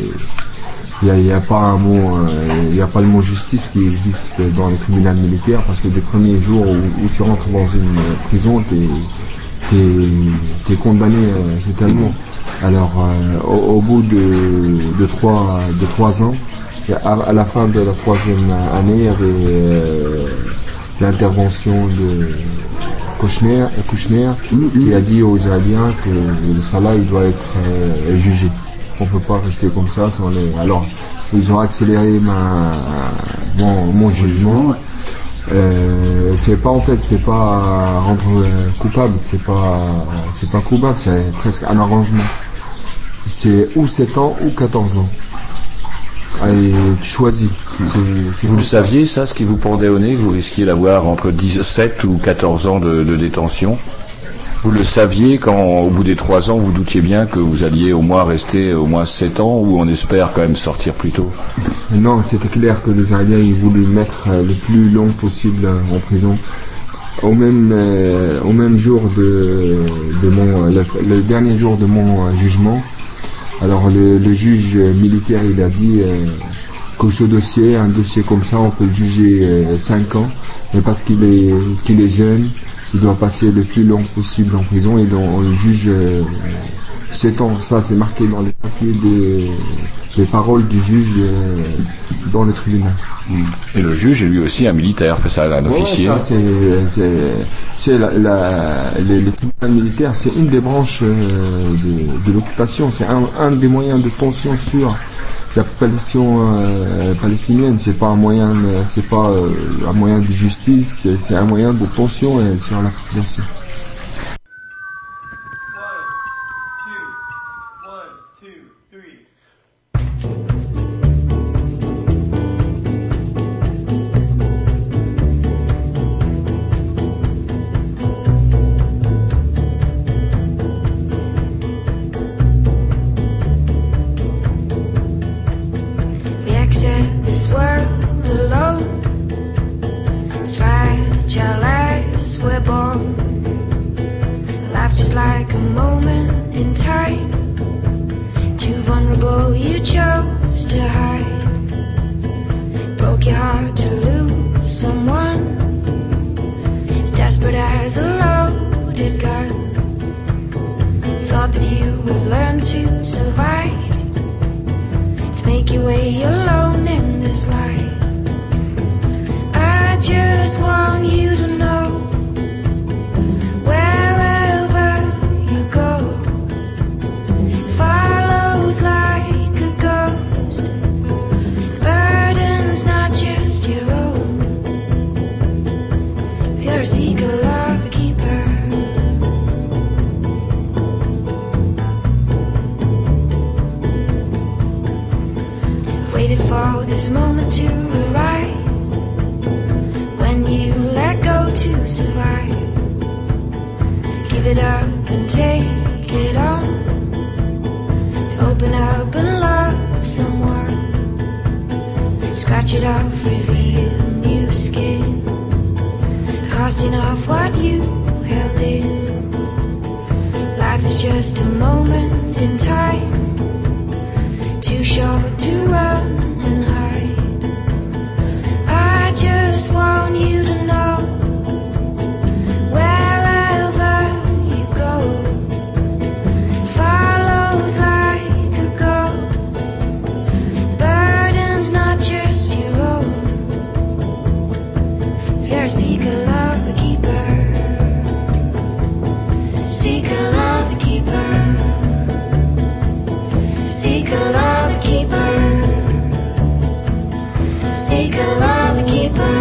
S13: il n'y a, a pas un mot, il euh, n'y a pas le mot justice qui existe dans les tribunaux militaires parce que des premiers jours où, où tu rentres dans une prison, t'es t'es, t'es condamné euh, totalement. Alors, euh, au, au bout de, de trois de trois ans. À la fin de la troisième année, il y avait euh, l'intervention de Kouchner, Kouchner qui a dit aux Israéliens que Salah il doit être euh, jugé. On ne peut pas rester comme ça sans les... Alors, ils ont accéléré ma, mon, mon jugement. Euh, c'est pas en fait, c'est pas rendre coupable, c'est pas, c'est pas coupable, c'est presque un arrangement. C'est ou sept ans ou quatorze ans. Et tu choisis. C'est, c'est
S14: vous le saviez, ça, ce qui vous pendait au nez, vous risquiez d'avoir entre dix-sept ou quatorze ans de, de détention. Vous le saviez quand, au bout des trois ans, vous doutiez bien que vous alliez au moins rester au moins sept ans, ou on espère quand même sortir plus tôt?
S13: Non, c'était clair que les Israéliens ils voulaient mettre le plus long possible en prison. Au même, euh, au même jour de, de mon, le, le dernier jour de mon jugement. Alors le, le juge militaire il a dit euh, que ce dossier, un dossier comme ça, on peut le juger euh, cinq ans, mais parce qu'il est qu'il est jeune, il doit passer le plus long possible en prison et donc on le juge euh, sept ans. Ça c'est marqué dans les papiers des, des paroles du juge euh, dans le tribunal.
S14: Et le juge est lui aussi un militaire, c'est ça, un
S13: ouais,
S14: officier.
S13: Ça, c'est, c'est, c'est la, la, les, les tribunaux militaires, c'est une des branches euh, de, de l'occupation. C'est un, un des moyens de tension sur la population euh, palestinienne. C'est pas un moyen, c'est pas euh, un moyen de justice, c'est, c'est un moyen de tension euh, sur la population.
S15: waited for this moment to arrive. When you let go to survive, give it up and take it on. To open up and love someone, scratch it off, reveal new skin, casting off what you held in. Life is just a moment in time, too short to run and hide. I just want you to know, wherever you go, follows like a ghost. The burden's not just your own. If you're a seeker, love a keeper. Seeker, love a keeper. Seeker, love a keeper. Seeker, love a keeper.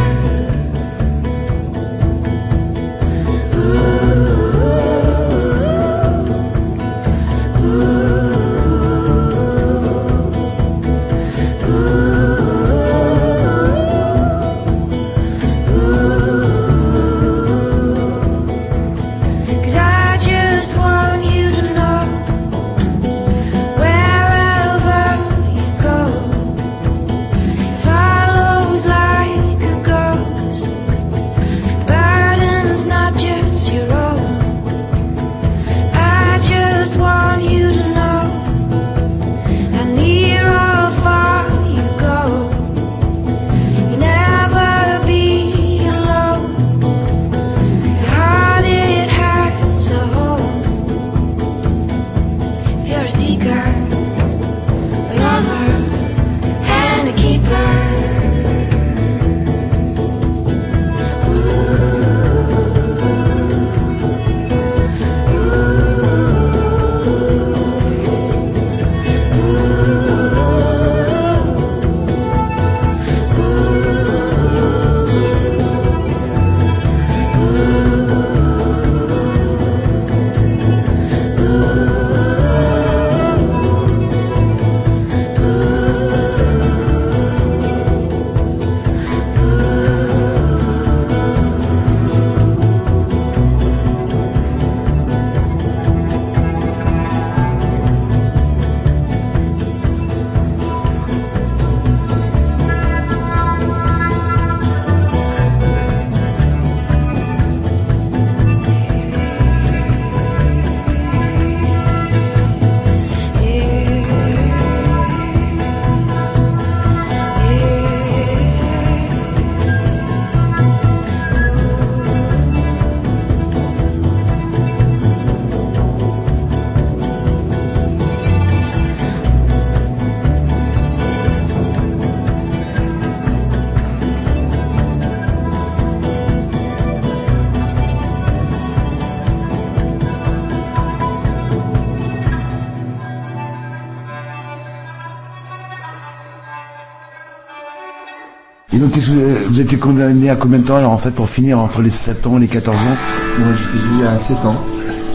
S12: Et donc, qu'est-ce que vous, vous étiez condamné à combien de temps, alors, en fait, pour finir entre les sept ans et les quatorze ans?
S13: Moi, j'étais jugé à sept ans.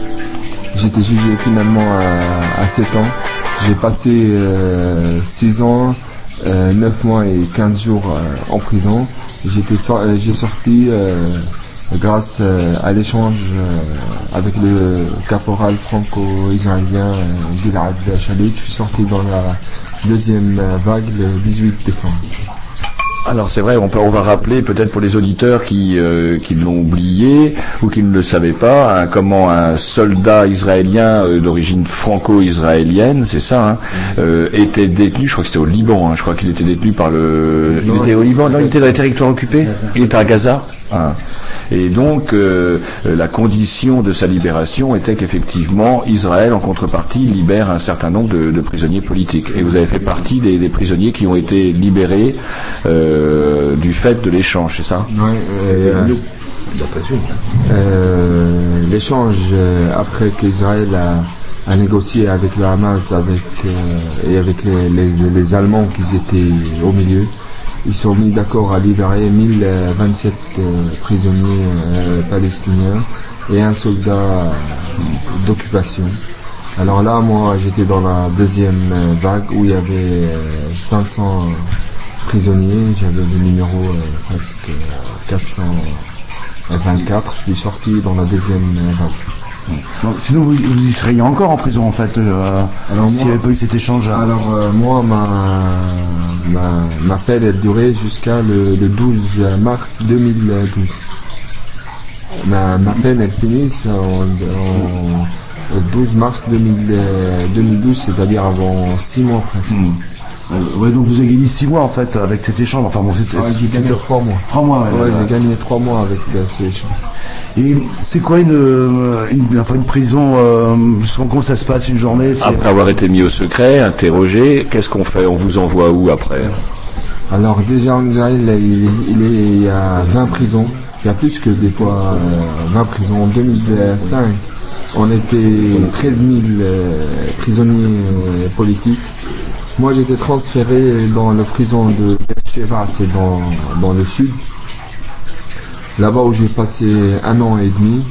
S13: J'étais jugé finalement à, à sept ans. J'ai passé euh, six ans, euh, neuf mois et quinze jours euh, en prison. J'étais so- euh, j'ai sorti euh, grâce euh, à l'échange euh, avec le caporal franco-israélien euh, Gilad Shalit. Je suis sorti dans la deuxième vague le dix-huit décembre.
S14: Alors c'est vrai, on, peut, on va rappeler peut-être pour les auditeurs qui, euh, qui l'ont oublié ou qui ne le savaient pas, hein, comment un soldat israélien euh, d'origine franco-israélienne, c'est ça, hein, euh, était détenu, je crois que c'était au Liban, hein, je crois qu'il était détenu par le... Il était au Liban, non, il était dans les territoires occupés, il était à Gaza. Ah. Et donc euh, la condition de sa libération était qu'effectivement Israël en contrepartie libère un certain nombre de, de prisonniers politiques. Et vous avez fait partie des, des prisonniers qui ont été libérés euh, du fait de l'échange, c'est ça?
S13: Oui. Euh, euh, l'échange euh, après qu'Israël a, a négocié avec le Hamas avec, euh, et avec les, les, les Allemands qui étaient au milieu. Ils sont mis d'accord à libérer mille vingt-sept euh, prisonniers euh, palestiniens et un soldat euh, d'occupation. Alors là, moi, j'étais dans la deuxième vague où il y avait, euh, cinq cents prisonniers, j'avais le numéro euh, presque quatre cent vingt-quatre, je suis sorti dans la deuxième vague.
S12: Donc, sinon vous, vous y seriez encore en prison en fait, euh, s'il n'y avait pas eu cet échange.
S13: Alors euh, moi ma, ma, ma peine elle durait jusqu'à le, le douze mars deux mille douze. Ma, ma peine elle finit en, en douze mars deux mille douze, c'est-à-dire avant six mois presque.
S12: Mmh. Ouais, donc vous avez gagné six mois en fait avec cet échange. Enfin bon, c'était.
S13: Ah, j'ai gagné trois mois.
S12: Trois mois, ouais.
S13: Ouais,
S12: ouais.
S13: J'ai gagné trois mois avec euh, ce échange.
S12: Et c'est quoi une, une, enfin une prison euh, comment ça se passe une journée?
S14: Après avoir été mis au secret, interrogé, qu'est-ce qu'on fait? On vous envoie où après?
S13: Alors déjà en Israël, il, il, est, il y a vingt prisons. Il y a plus que des fois euh, vingt prisons. En deux mille cinq, on était treize mille euh, prisonniers euh, politiques. Moi, j'ai été transféré dans la prison de Beersheba, c'est dans, dans le sud. Là-bas où j'ai passé un an et demi.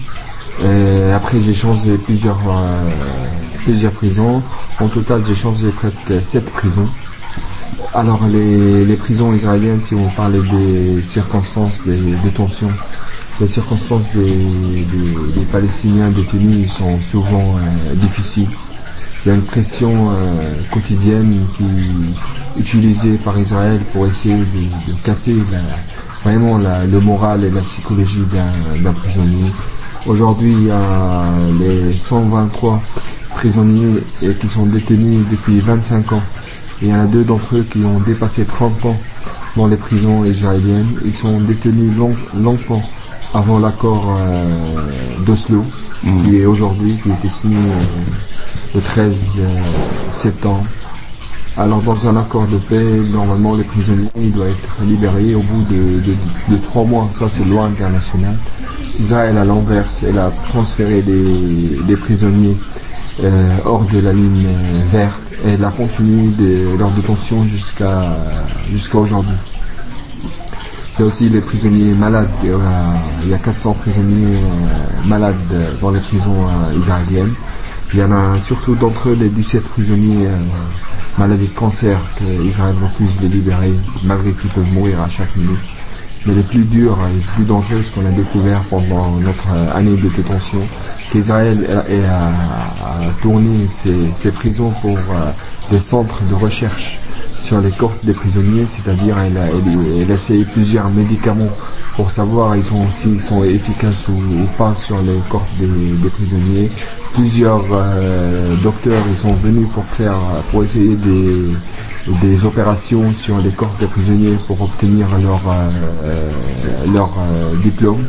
S13: Et après, j'ai changé plusieurs, euh, plusieurs prisons. En total, j'ai changé presque sept prisons. Alors, les, les prisons israéliennes, si on parlait des circonstances des détentions, les circonstances des, des, des Palestiniens détenus, ils sont souvent euh, difficiles. Il y a une pression euh, quotidienne qui est utilisée par Israël pour essayer de, de casser la, vraiment la, le moral et la psychologie d'un, d'un prisonnier. Aujourd'hui, il y a les cent vingt-trois prisonniers et qui sont détenus depuis vingt-cinq ans. Il y en a deux d'entre eux qui ont dépassé trente ans dans les prisons israéliennes. Ils sont détenus long, longtemps avant l'accord euh, d'Oslo, mmh. qui est aujourd'hui, qui a été signé euh, le treize septembre. Alors dans un accord de paix, normalement les prisonniers ils doivent être libérés au bout de, de, de, de trois mois. Ça c'est loi internationale. Israël à l'inverse, elle a transféré des, des prisonniers euh, hors de la ligne verte et elle a continué de, leur détention jusqu'à jusqu'à aujourd'hui. Il y a aussi les prisonniers malades. Il y a, il y a quatre cents prisonniers euh, malades dans les prisons euh, israéliennes. Il y en a surtout d'entre eux les dix-sept prisonniers euh, maladies de cancer qu'Israël refuse de libérer malgré qu'ils peuvent mourir à chaque minute. Mais les plus dures et les plus dangereuses qu'on a découvert pendant notre euh, année de détention, qu'Israël a, a, a tourné ces, ces prisons pour euh, des centres de recherche sur les corps des prisonniers, c'est-à-dire elle a, elle, elle a essayé plusieurs médicaments pour savoir ils sont, s'ils sont efficaces ou, ou pas sur les corps des, des prisonniers. Plusieurs euh, docteurs ils sont venus pour faire, pour essayer des, des opérations sur les corps des prisonniers pour obtenir leur, euh, leur euh, diplôme.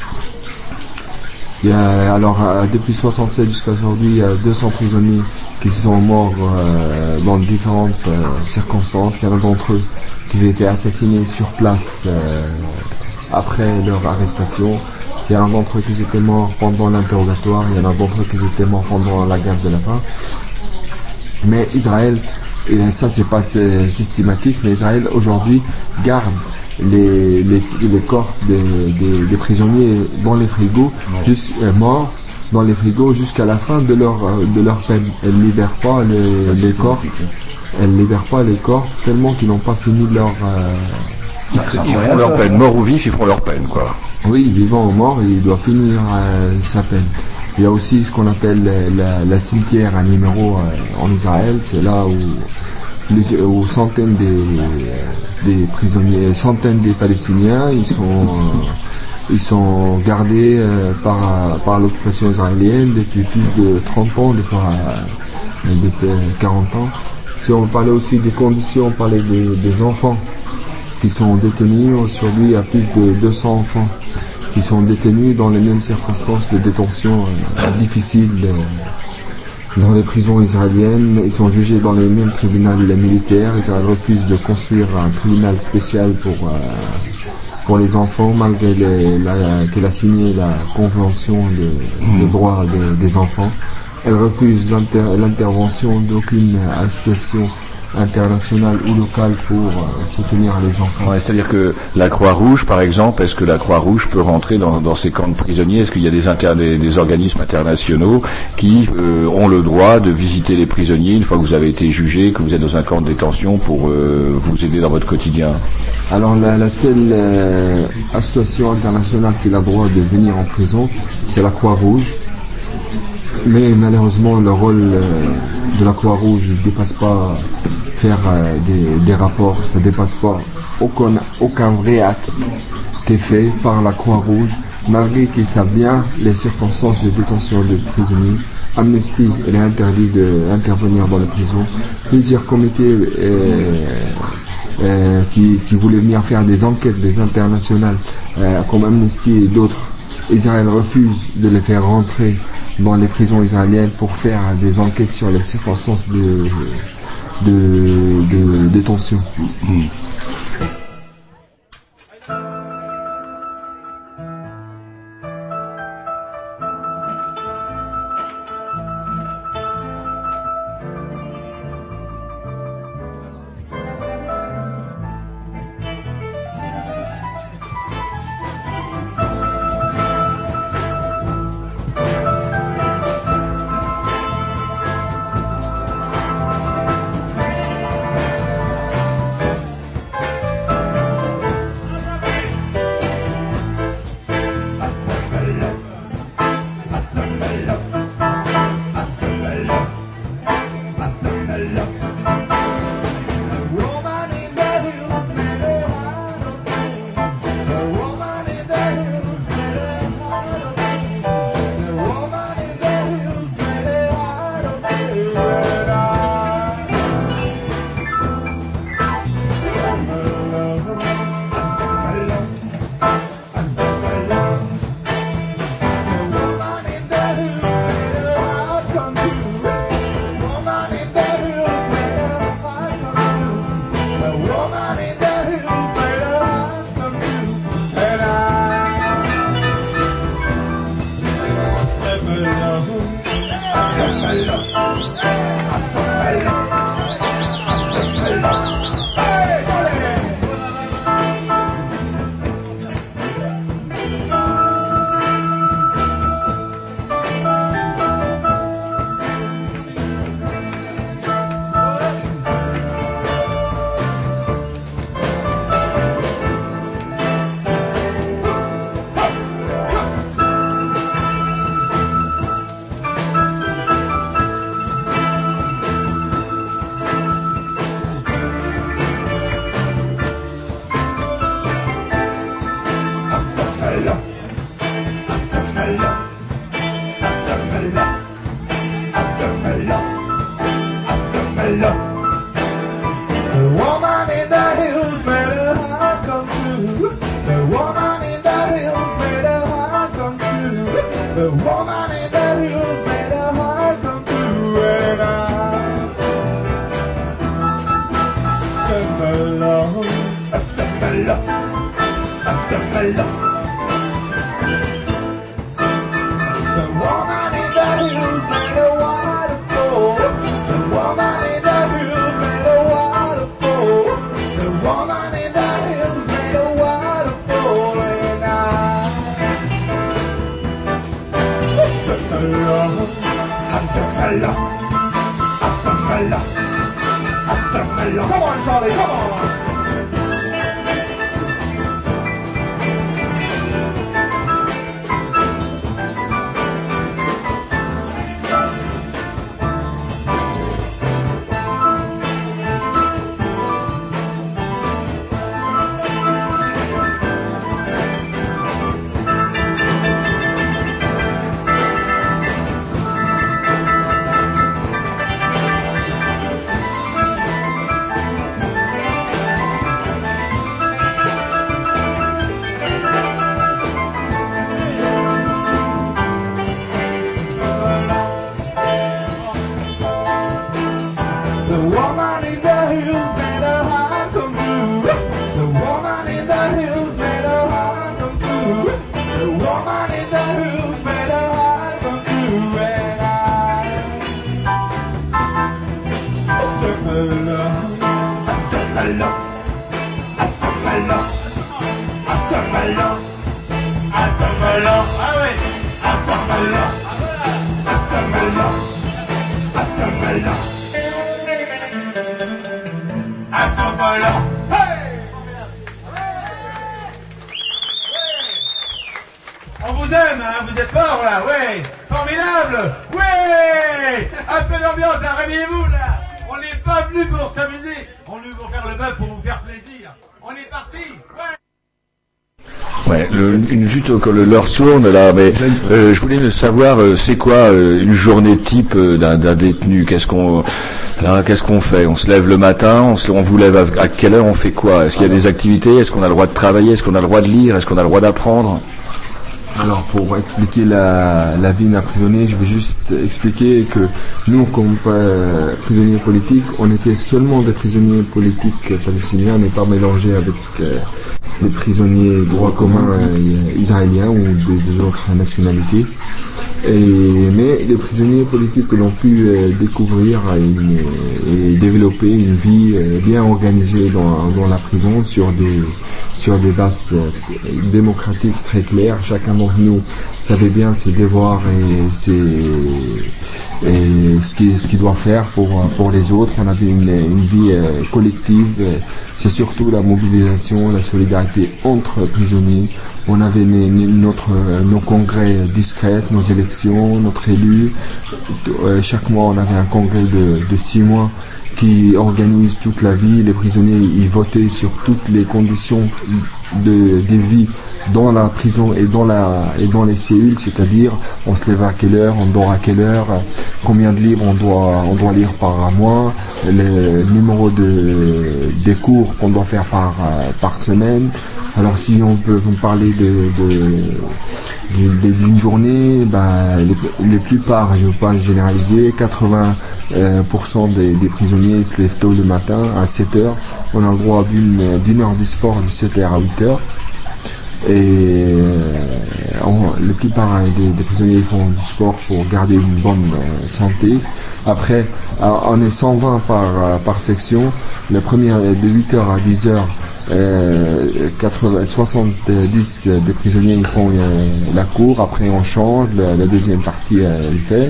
S13: Il y a, alors depuis soixante-sept jusqu'à aujourd'hui, il y a deux cents prisonniers qui sont morts euh, dans différentes euh, circonstances. Il y en a d'entre eux qui ont été assassinés sur place euh, après leur arrestation. Il y en a d'entre eux qui étaient morts pendant l'interrogatoire. Il y en a d'entre eux qui étaient morts pendant la guerre de la faim. Mais Israël, et ça c'est pas systématique, mais Israël aujourd'hui garde les, les, les corps des, des, des prisonniers dans les frigos, juste, euh, morts dans les frigos jusqu'à la fin de leur, de leur peine. Elle ne libère pas les, les corps, elle ne libère pas les corps tellement qu'ils n'ont pas fini leur... Euh,
S14: ils font leur peine, morts ou vifs, ils font leur peine, quoi.
S13: Oui, vivant ou mort, il doit finir euh, sa peine. Il y a aussi ce qu'on appelle la, la cimetière à numéro euh, en Israël, c'est là où, où centaines des, des prisonniers, centaines des Palestiniens, ils sont, euh, ils sont gardés euh, par, par l'occupation israélienne depuis plus de trente ans, des fois euh, depuis quarante ans. Si on parlait aussi des conditions, on parlait des, des enfants qui sont détenus. Aujourd'hui, il y a plus de deux cents enfants qui sont détenus dans les mêmes circonstances de détention euh, difficiles euh, dans les prisons israéliennes. Ils sont jugés dans les mêmes tribunaux militaires. Israël refuse de construire un tribunal spécial pour, euh, pour les enfants, malgré les, la, qu'elle a signé la convention de, de droit des, des enfants. Elle refuse l'inter, l'intervention d'aucune association internationales ou locales pour euh, soutenir les enfants.
S14: Ouais, c'est-à-dire que la Croix-Rouge, par exemple, est-ce que la Croix-Rouge peut rentrer dans, dans ces camps de prisonniers? Est-ce qu'il y a des, inter des, des organismes internationaux qui euh, ont le droit de visiter les prisonniers une fois que vous avez été jugé, que vous êtes dans un camp de détention pour euh, vous aider dans votre quotidien?
S13: Alors la, la seule euh, association internationale qui a le droit de venir en prison, c'est la Croix-Rouge. Mais malheureusement, le rôle euh, de la Croix-Rouge ne dépasse pas faire euh, des, des rapports, ça ne dépasse pas aucun, aucun vrai acte qui est fait par la Croix-Rouge, malgré qu'ils savent bien les circonstances de détention des prisonniers. Amnesty, elle est interdit d'intervenir dans les prisons. Plusieurs comités euh, euh, qui, qui voulaient venir faire des enquêtes, des internationales, euh, comme Amnesty et d'autres, Israël refuse de les faire rentrer dans les prisons israéliennes pour faire des enquêtes sur les circonstances de, de, de, de détention. Mmh.
S5: Come on, Charlie, come on.
S1: Assommez-le. Assommez-le. Assommez-le. Ah oui. Assommez-le. Assommez-le. Assommez-le. Assommez-le.
S16: On vous aime, hein, vous êtes forts là, ouais. Formidable. Ouais. Un peu d'ambiance, hein, réveillez-vous là. On n'est pas venu pour s'amuser, on est venu pour faire le bœuf, pour vous faire plaisir. On est parti, ouais.
S14: Ouais, le, une, juste quand le, l'heure tourne là, mais euh, je voulais savoir euh, c'est quoi euh, une journée type euh, d'un, d'un détenu. Qu'est-ce qu'on là, qu'est-ce qu'on fait? On se lève le matin, on, se, on vous lève à, à quelle heure? On fait quoi? Est-ce qu'il y a des activités? Est-ce qu'on a le droit de travailler? Est-ce qu'on a le droit de lire? Est-ce qu'on a le droit d'apprendre?
S13: Alors pour expliquer la, la vie d'un prisonnier, je veux juste expliquer que nous, comme euh, prisonniers politiques, on était seulement des prisonniers politiques palestiniens, on n'est pas mélangés avec euh, des prisonniers droit commun euh, israéliens ou des, des autres nationalités. Et, mais les prisonniers politiques que l'on pu euh, découvrir une, et développer une vie euh, bien organisée dans, dans la prison sur des sur des bases euh, démocratiques très claires. Chacun d'entre nous savait bien ses devoirs et, ses, et ce qu'il ce qu'il doit faire pour pour les autres. On avait une, une vie euh, collective. C'est surtout la mobilisation, la solidarité entre prisonniers. On avait les, les, notre, nos congrès discrets, nos élections, notre élu. Euh, chaque mois, on avait un congrès de, de six mois qui organise toute la vie. Les prisonniers y votaient sur toutes les conditions de, de vie dans la prison et dans, la, et dans les cellules, c'est-à-dire on se lève à quelle heure, on dort à quelle heure, combien de livres on doit, on doit lire par mois, le numéro de, des cours qu'on doit faire par, par semaine. Alors si on peut vous parler de, de, de, d'une journée, bah, les, les plupart, je ne veux pas généraliser, quatre-vingts pour cent des, des prisonniers se lèvent tôt le matin à sept heures. On a le droit d'une, d'une heure de sport de sept heures à huit heures. Et euh, on, la plupart des, des prisonniers font du sport pour garder une bonne euh, santé. Après, on est cent vingt par, par section. La première de huit heures à dix heures, euh, quatre-vingts, soixante-dix des prisonniers ils font euh, la cour. Après on change, la, la deuxième partie euh, elle fait.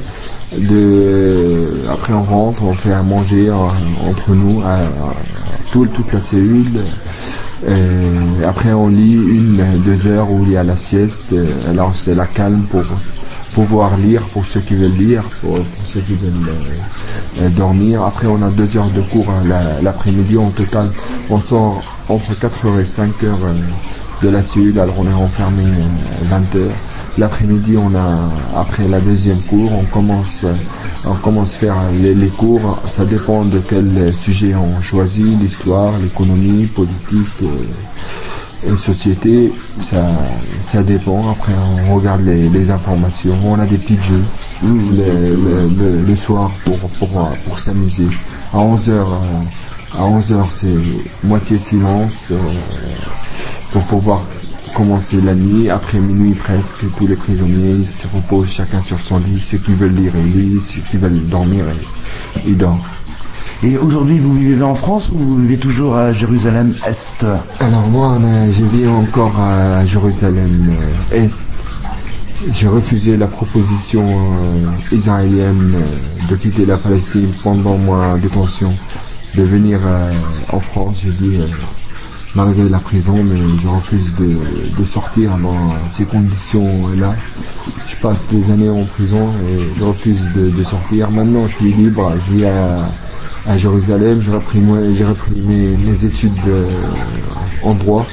S13: De, après on rentre, on fait à manger euh, entre nous, à, à, tout, toute la cellule. Et après on lit une, deux heures où il y a la sieste. Alors c'est la calme pour pouvoir lire pour ceux qui veulent lire, pour, pour ceux qui veulent euh, dormir. Après on a deux heures de cours hein, la, l'après-midi. En total on sort entre quatre heures et cinq heures euh, de la cellule. Alors on est enfermé euh, vingt heures. L'après-midi on a, après la deuxième cours, on commence euh, on commence à faire les, les cours. Ça dépend de quel sujet on choisit, l'histoire, l'économie, politique, euh, et société, ça, ça dépend. Après on regarde les, les informations, on a des petits jeux le, le, le, le soir pour, pour, pour s'amuser. À onze heures, à onze heures c'est moitié silence euh, pour pouvoir commencer la nuit. Après minuit presque, tous les prisonniers ils se reposent chacun sur son lit. Ceux qui veulent lire, ils lisent. Ceux qui veulent dormir, ils, ils dorment.
S12: Et aujourd'hui, vous vivez en France ou vous vivez toujours à Jérusalem-Est?
S13: Alors moi, je vis encore à Jérusalem-Est. J'ai refusé la proposition euh, israélienne euh, de quitter la Palestine pendant ma détention, de venir euh, en France. J'ai dit, euh, malgré la prison, mais je refuse de, de sortir dans ces conditions-là. Je passe des années en prison et je refuse de, de sortir. Maintenant, je suis libre, je vis à, à Jérusalem, j'ai repris, j'ai repris mes, mes études euh, en droit.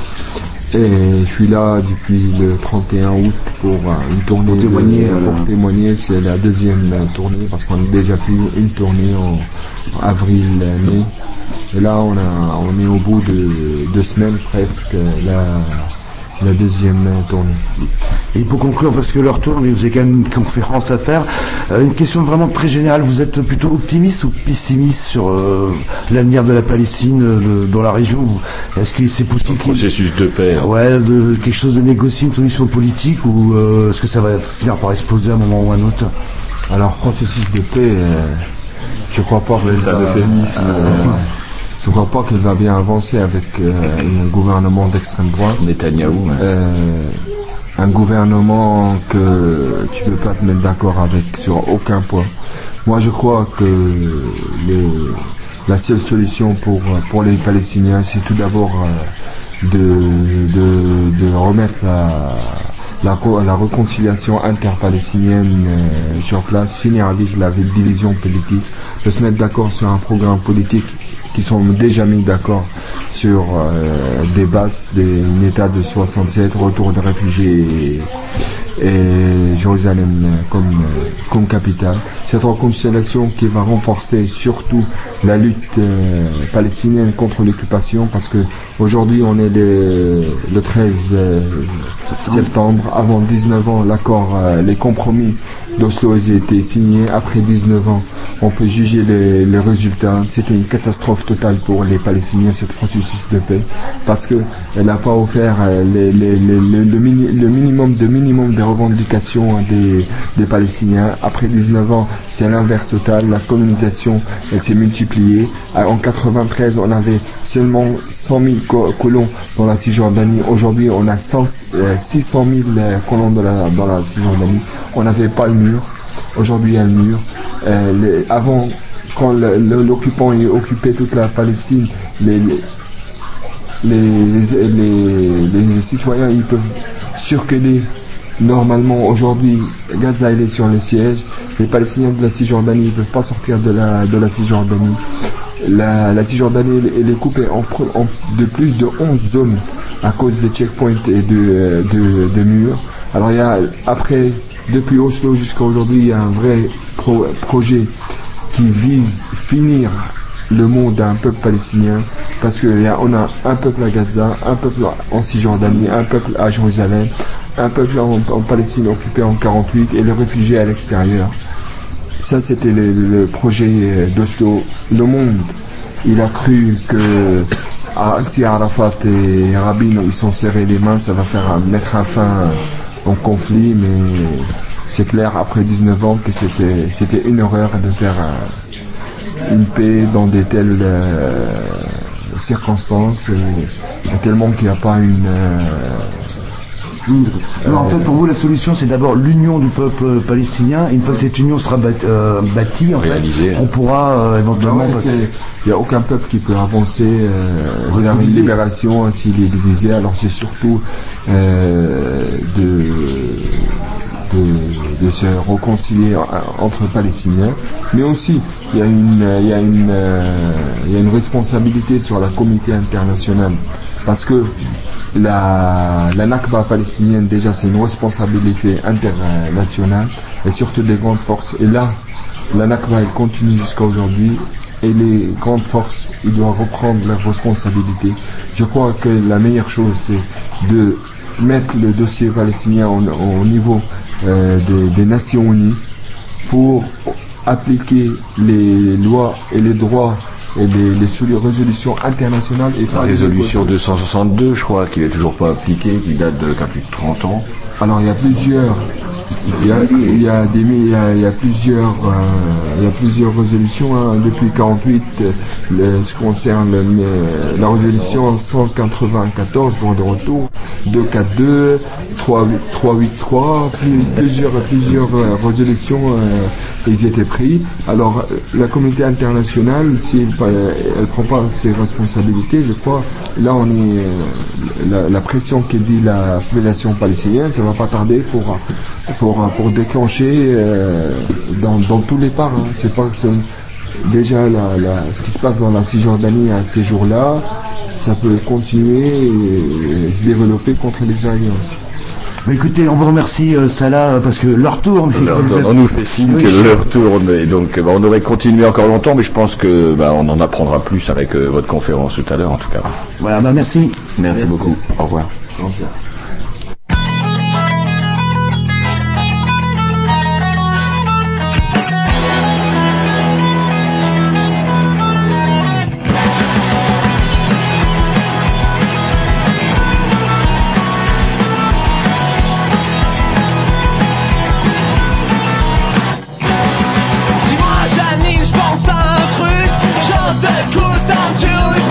S13: Et je suis là depuis le trente et un août pour euh, une tournée. Pour témoigner, de, pour témoigner, c'est la deuxième tournée parce qu'on a déjà fait une tournée en avril-mai. Et là, on, a, on est au bout de deux semaines presque, la, la deuxième tournée.
S12: Et pour conclure, parce que leur tourne, vous avez quand même une conférence à faire, euh, une question vraiment très générale. Vous êtes plutôt optimiste ou pessimiste sur euh, l'avenir de la Palestine euh, dans la région? Est-ce que c'est possible qu'il...
S14: processus de paix.
S12: Ouais, de, quelque chose de négocier, une solution politique, ou euh, est-ce que ça va finir par exploser à un moment ou à un autre?
S13: Alors, processus de paix, euh, je crois pas que
S14: ça,
S13: le
S14: féminisme.
S13: Euh, je crois pas qu'elle va bien avancer avec euh, un gouvernement d'extrême droite.
S14: Netanyahou. Ouais.
S13: Euh, un gouvernement que tu peux pas te mettre d'accord avec sur aucun point. Moi, je crois que les, la seule solution pour pour les Palestiniens, c'est tout d'abord euh, de, de de remettre la La, la réconciliation interpalestinienne euh, sur place, finir avec la division politique, de se mettre d'accord sur un programme politique qui sont déjà mis d'accord sur euh, des bases, des, un état de soixante-sept, retour de réfugiés et, et Jérusalem comme, comme capitale. Cette réconciliation qui va renforcer surtout la lutte euh, palestinienne contre l'occupation, parce que aujourd'hui on est le, le treize euh, septembre, avant dix-neuf ans, l'accord, euh, les compromis d'Oslo ont été signés. Après dix-neuf ans, on peut juger les, les résultats. C'était une catastrophe totale pour les Palestiniens, ce processus de paix, parce que elle n'a pas offert euh, les, les, les, les, le, mini, le minimum de minimum des revendications des, des Palestiniens. Après dix-neuf ans, c'est l'inverse total. La colonisation, elle s'est multipliée. En quatre-vingt-treize, on avait seulement cent mille co- colons dans la Cisjordanie. Aujourd'hui, on a cent, euh, six cent mille colons dans la, dans la Cisjordanie. On n'avait pas le mur. Aujourd'hui, il y a le mur. Euh, les, avant, quand le, le, l'occupant occupait toute la Palestine, les, les, les, les, les citoyens, ils peuvent circuler normalement. Aujourd'hui, Gaza, il est sur le siège. Les Palestiniens de la Cisjordanie ne peuvent pas sortir de la, de la Cisjordanie. La, la Cisjordanie, elle est coupée en, en, de plus de onze zones à cause des checkpoints et de, de, de murs. Alors, il y a, après, depuis Oslo jusqu'à aujourd'hui, il y a un vrai pro, projet qui vise finir le monde d'un peuple palestinien, parce qu'on a un peuple à Gaza, un peuple en Cisjordanie, un peuple à Jérusalem, un peuple en, en Palestine occupé en quarante-huit et les réfugiés à l'extérieur. Ça, c'était le, le projet d'Oslo. Le monde, il a cru que ah, si Arafat et Rabin ils sont serrés les mains, ça va faire mettre un fin au conflit, mais c'est clair après dix-neuf ans que c'était c'était une horreur de faire euh, une paix dans des telles euh, circonstances, et, et tellement qu'il n'y a pas une euh,
S12: Alors, en fait, pour vous, la solution, c'est d'abord l'union du peuple palestinien. Et une fois que cette union sera bâtie, euh, bâtie en fait, on pourra euh, éventuellement
S13: ouais,
S12: passer.
S13: Il n'y a aucun peuple qui peut avancer euh, vers une libération s'il est divisé. Alors c'est surtout euh, de, de, de se réconcilier entre Palestiniens. Mais aussi, il y a une, il y a une, euh, il y a une responsabilité sur la communauté internationale. Parce que La, la Nakba palestinienne, déjà, c'est une responsabilité internationale et surtout des grandes forces. Et là, la Nakba, elle continue jusqu'à aujourd'hui et les grandes forces, ils doivent reprendre leurs responsabilités. Je crois que la meilleure chose, c'est de mettre le dossier palestinien au, au niveau euh, des, des Nations Unies pour appliquer les lois et les droits et les, les résolutions internationales. Et
S14: la résolution deux cent soixante-deux, je crois, qui n'est toujours pas appliquée, qui date de plus de trente ans.
S13: Alors il y a plusieurs, il y a, il y a, des, il y a, il y a plusieurs, euh, il y a plusieurs résolutions hein, depuis quarante-huit. Le, ce qui concerne le, la résolution cent quatre-vingt-quatorze, bon de retour, deux cent quarante-deux, trois cent quatre-vingt-trois, plusieurs, plusieurs euh, résolutions. Euh, ils étaient pris. Alors la communauté internationale, si elle ne prend pas ses responsabilités, je crois, là on est euh, la, la pression qui dit la population palestinienne, ça va pas tarder pour pour pour déclencher euh, dans dans tous les parts. Hein. C'est pas c'est, déjà la, la, ce qui se passe dans la Cisjordanie à ces jours-là, ça peut continuer et, et se développer contre les Israéliens aussi.
S12: Bah écoutez, on vous remercie euh, Salah parce que l'heure tourne.
S14: L'heure tourne. On nous fait signe oui. que l'heure tourne et donc bah, on aurait continué encore longtemps, mais je pense que bah, on en apprendra plus avec euh, votre conférence tout à l'heure en tout cas.
S12: Voilà, bah merci.
S14: Merci, merci. beaucoup. Au revoir.
S13: Au revoir.
S5: Dis-moi Janine, je pense à un truc, genre de coup ça me tue.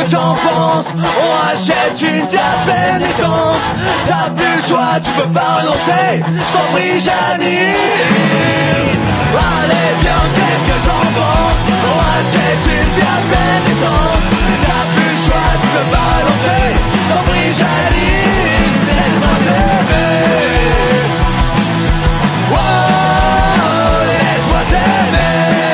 S5: que t'en penses? On achète une Fiat pleine d'essence. T'as plus le choix, tu peux pas renoncer. J't'en prie, j'anime. Allez, bien, qu'est-ce que t'en penses? On achète une Fiat pleine d'essence. T'as plus le choix, tu peux pas renoncer. J't'en prie, j'anime. Laisse-moi t'aimer. Oh, laisse-moi t'aimer.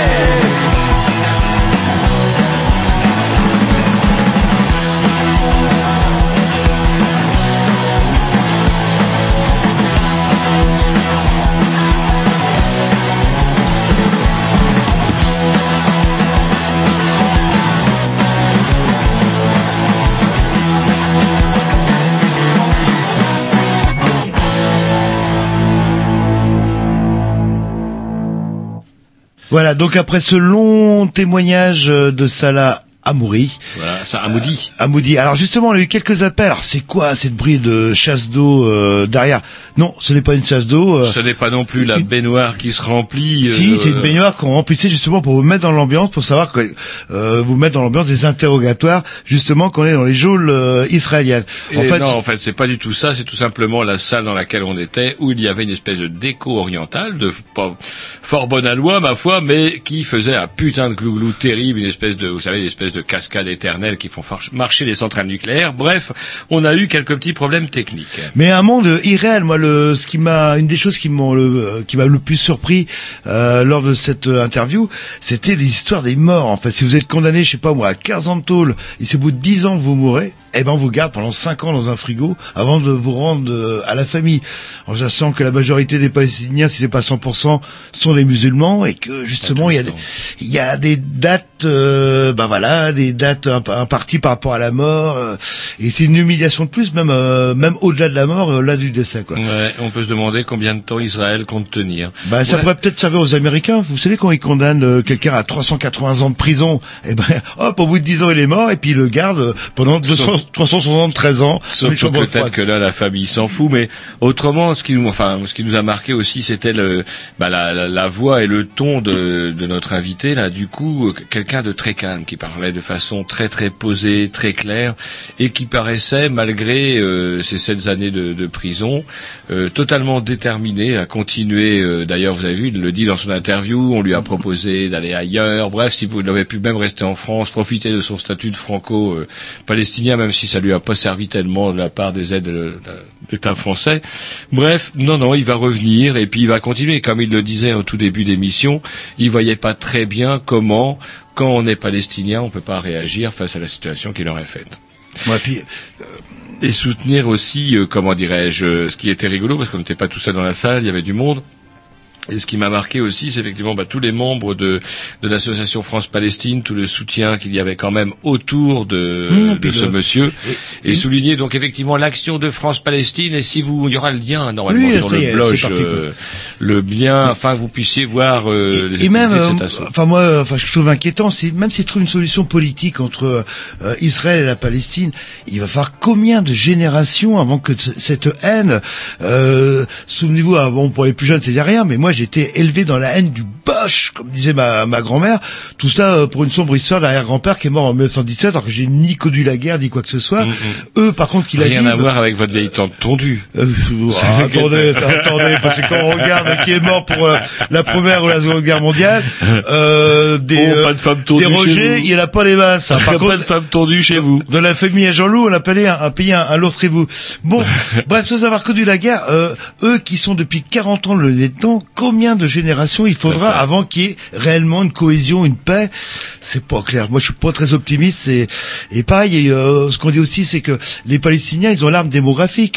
S2: Voilà, donc après ce long témoignage de Salah Hamouri.
S3: Voilà, ça, Hamoudi.
S2: Euh, Hamoudi. Alors justement, on a eu quelques appels. Alors c'est quoi cette bruit de chasse d'eau euh, derrière? Non, ce n'est pas une chasse d'eau. Euh,
S3: ce n'est pas non plus la baignoire qui se remplit.
S2: Si,
S3: euh,
S2: c'est une baignoire qu'on remplissait justement pour vous mettre dans l'ambiance, pour savoir que euh, vous mettre dans l'ambiance des interrogatoires, justement qu'on est dans les geôles euh, israéliennes.
S3: En fait, non, en fait, c'est pas du tout ça. C'est tout simplement la salle dans laquelle on était, où il y avait une espèce de déco orientale, de pas, fort bonne aloi, ma foi, mais qui faisait un putain de glouglou terrible, une espèce de, vous savez, une espèce de cascades éternelles qui font marcher les centrales nucléaires. Bref, on a eu quelques petits problèmes techniques.
S2: Mais un monde irréel, moi, le, ce qui m'a, une des choses qui m'ont le, qui m'a le plus surpris euh, lors de cette interview, c'était l'histoire des morts. En fait, si vous êtes condamné, je sais pas moi, à quinze ans de tôle, et c'est au bout de dix ans que vous mourrez, eh ben on vous garde pendant cinq ans dans un frigo avant de vous rendre euh, à la famille. En sachant que la majorité des Palestiniens, si c'est pas cent pour cent, sont des musulmans et que justement il y a des, il y a des dates, euh, ben voilà, des dates imparties par rapport à la mort. Euh, et c'est une humiliation de plus, même euh, même au-delà de la mort, euh, au-delà du décès, quoi.
S3: Ouais, on peut se demander combien de temps Israël compte tenir.
S2: Ben ça
S3: ouais.
S2: pourrait peut-être servir aux Américains. Vous savez quand ils condamnent euh, quelqu'un à trois cent quatre-vingts ans de prison, et ben hop, au bout de dix ans il est mort et puis ils le gardent pendant deux cents, trois cent soixante-treize ans.
S3: Sauf que peut-être que là la famille s'en fout, mais autrement, ce qui nous, enfin, ce qui nous a marqué aussi, c'était le, bah, la, la, la voix et le ton de, de notre invité là. Du coup, quelqu'un de très calme, qui parlait de façon très très posée, très claire, et qui paraissait, malgré euh, ces sept années de, de prison, euh, totalement déterminé à continuer. Euh, d'ailleurs, vous avez vu, il le dit dans son interview, on lui a proposé d'aller ailleurs. Bref, s'il avait pu même rester en France, profiter de son statut de franco-palestinien, même si ça lui a pas servi tellement de la part des aides de l'État français. Bref, non, non, il va revenir et puis il va continuer. Comme il le disait au tout début d'émission, il voyait pas très bien comment, quand on est palestinien, on peut pas réagir face à la situation qu'il aurait faite.
S2: Ouais, puis, euh...
S3: et soutenir aussi, euh, comment dirais-je, ce qui était rigolo, parce qu'on n'était pas tout seul dans la salle, il y avait du monde. Et ce qui m'a marqué aussi, c'est effectivement bah, tous les membres de, de l'association France-Palestine, tout le soutien qu'il y avait quand même autour de, mmh, de ce le... monsieur, et, et souligner donc effectivement l'action de France-Palestine. Et si vous, il y aura le lien normalement oui, sur le
S2: est,
S3: blog, euh, le lien, enfin vous puissiez voir euh, les
S2: et même,
S3: de cet assaut.
S2: Enfin moi, enfin je trouve inquiétant, c'est même s'ils trouvent une solution politique entre euh, Israël et la Palestine, il va falloir combien de générations avant que t- cette haine, euh, souvenez-vous, ah, bon pour les plus jeunes c'est rien, mais moi j'ai été élevé dans la haine du Boche, comme disait ma, ma grand-mère. Tout ça euh, pour une sombre histoire d'arrière-grand-père qui est mort en mille neuf cent dix-sept, alors que j'ai ni connu la guerre ni quoi que ce soit. Mm-hmm. Eux, par contre, qui la
S3: rien
S2: vivent,
S3: à voir avec votre vieille tante tondue.
S2: Euh, ah, attendez, attendez, parce que quand on regarde qui est mort pour euh, la première ou la seconde guerre mondiale, euh, des,
S3: oh, pas de femme tondue
S2: des Roger, il n'y en a pas les masses. Hein. Par
S3: pas
S2: contre,
S3: de femme tondue chez vous.
S2: De la famille à Jean-Loup, on a payé un, un pays un, un l'autre et vous. Bon, bref, sans avoir connu la guerre, euh, eux qui sont depuis quarante ans le nez dedans, combien de générations il faudra avant qu'il y ait réellement une cohésion, une paix? C'est pas clair. Moi, je suis pas très optimiste. Et, et pareil, et, euh, ce qu'on dit aussi, c'est que les Palestiniens, ils ont l'arme démographique.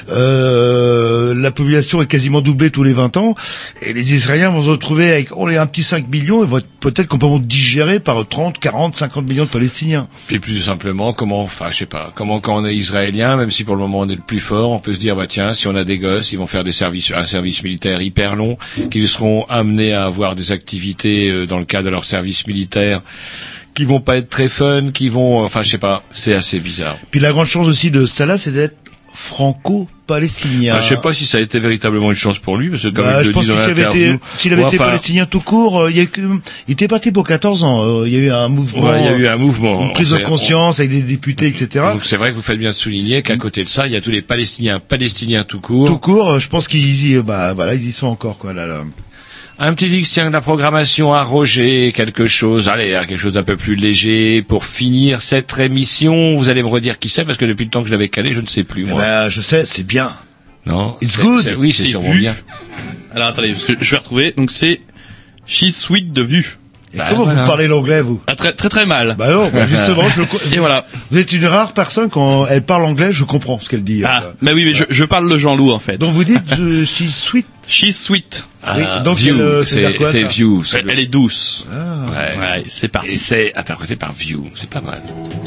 S2: Euh, la population est quasiment doublée tous les vingt ans, et les Israéliens vont se retrouver avec on est un petit cinq millions, et vont être peut-être complètement digérés par trente, quarante, cinquante millions de Palestiniens.
S3: Puis plus simplement, comment, enfin, je sais pas, comment quand on est Israélien, même si pour le moment on est le plus fort, on peut se dire, bah tiens, si on a des gosses, ils vont faire des services, un service militaire hyper long, qu'ils seront amenés à avoir des activités dans le cadre de leur service militaire qui vont pas être très fun, qui vont, enfin je sais pas, c'est assez bizarre.
S2: Puis la grande chance aussi de Salah, c'est d'être franco-palestinien.
S3: Ah, je sais pas si ça a été véritablement une chance pour lui, parce que comme
S2: bah,
S3: il
S2: je
S3: le
S2: pense
S3: dit dans
S2: qu'il avait
S3: l'interview,
S2: été, s'il avait
S3: ouais,
S2: été
S3: enfin,
S2: palestinien tout court, euh, il y a que, il était parti pour quatorze ans. euh, Il y a eu un mouvement.
S3: Ouais, il y a eu un mouvement.
S2: Une prise
S3: On
S2: de
S3: sait-
S2: conscience avec des députés, et cetera.
S3: Donc c'est vrai que vous faites bien de souligner qu'à côté de ça, il y a tous les Palestiniens, Palestiniens tout court.
S2: Tout court, euh, je pense qu'ils y, bah, voilà, ils y sont encore, quoi, là, là.
S3: Un petit X, tiens, de la programmation à Roger, quelque chose, allez, hein, quelque chose d'un peu plus léger pour finir cette émission. Vous allez me redire qui c'est, parce que depuis le temps que je l'avais calé, je ne sais plus,
S2: Eh
S3: moi.
S2: ben, je sais, c'est bien.
S3: Non.
S2: It's
S3: c'est-
S2: good.
S3: c'est- Oui, c'est
S17: C'est
S3: sûrement
S17: vu.
S3: bien.
S17: Alors attendez, parce que je vais retrouver. Donc c'est She's Sweet de Vue.
S2: Et comment vous parlez l'anglais, vous?
S17: Ah, très très très mal.
S2: Bah non, bah justement, je, co-
S17: Et voilà.
S2: Vous êtes une rare personne, quand elle parle anglais, je comprends ce qu'elle dit.
S17: Ah,
S2: euh.
S17: bah oui, mais je, je parle le Jean-Loup en fait.
S2: Donc vous dites, euh, she's sweet.
S17: She's Sweet.
S2: Oui,
S3: Ah,
S2: donc
S3: View,
S2: elle, euh,
S3: c'est
S2: c'est-à-dire quoi,
S3: c'est
S2: ça
S3: View. c'est
S17: Elle,
S3: le-
S17: elle est douce.
S2: Ah.
S3: Ouais.
S17: Ouais, c'est parti.
S3: Et c'est interprété par View, c'est pas mal.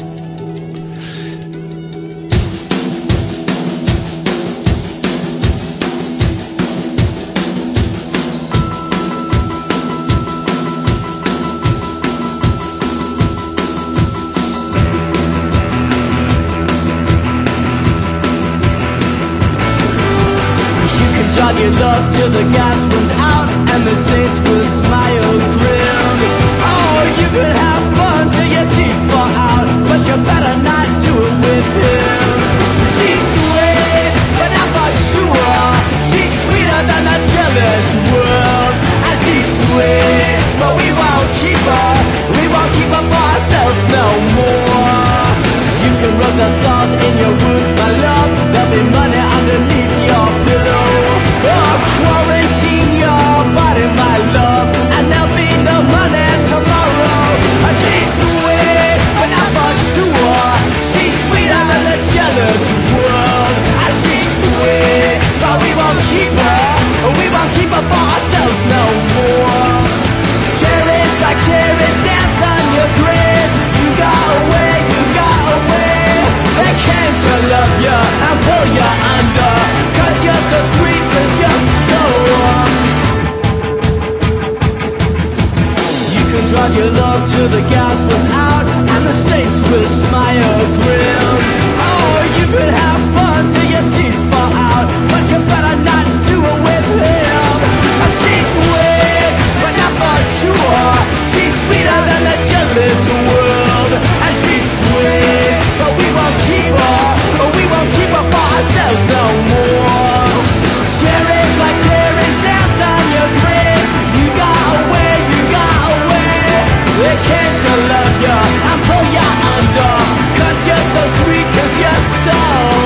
S5: You can drive your love till the gas runs out and the saints will smile grim. Oh, you could have fun till your teeth fall out, but you better not do it with him. She's sweet, but not for sure. She's sweeter than the jealous world. And she's sweet, but we won't keep her. We won't keep her for ourselves no more. You can rub the salt in your wounds, my love. There'll be money underneath your pillow. Oh, quarantine your body, my love, and there'll be no money tomorrow. She's sweet, but not for sure. She's sweeter than the jealous world. And she's sweet, but we won't keep her. We won't keep her for ourselves no more. Cherries like cherries dance on your grave. You got away, you got away. They came to love you and pull you under. Cause you're so sweet, cause you're so You can drive your love till the gas runs out and the states will smile grim. Oh, you could have fun till your teeth fall out, but you better not do it with him. She's sweet, but not for sure. She's sweeter than the jealous world. And she's sweet, but we won't keep her. But we won't keep her for ourselves no more. Cherries like cherries dance on your grave. You got away, you got away. They came to love you and pull you under. Cause you're so sweet, cause you're so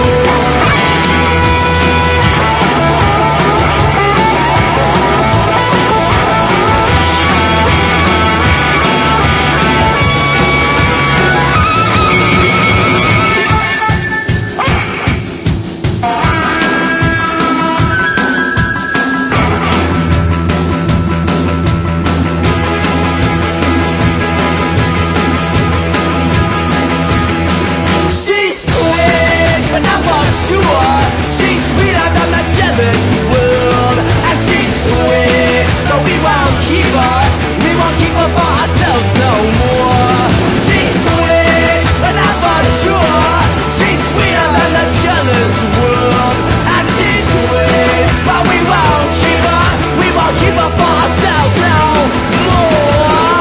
S5: She's sweet, but not for sure. She's sweeter than the jealous world. And she's sweet, but we won't keep her. We won't keep her for ourselves no more. She's sweet, but not for sure. She's sweeter than the jealous world. And she's sweet, but we won't keep her. We won't keep her for ourselves no more.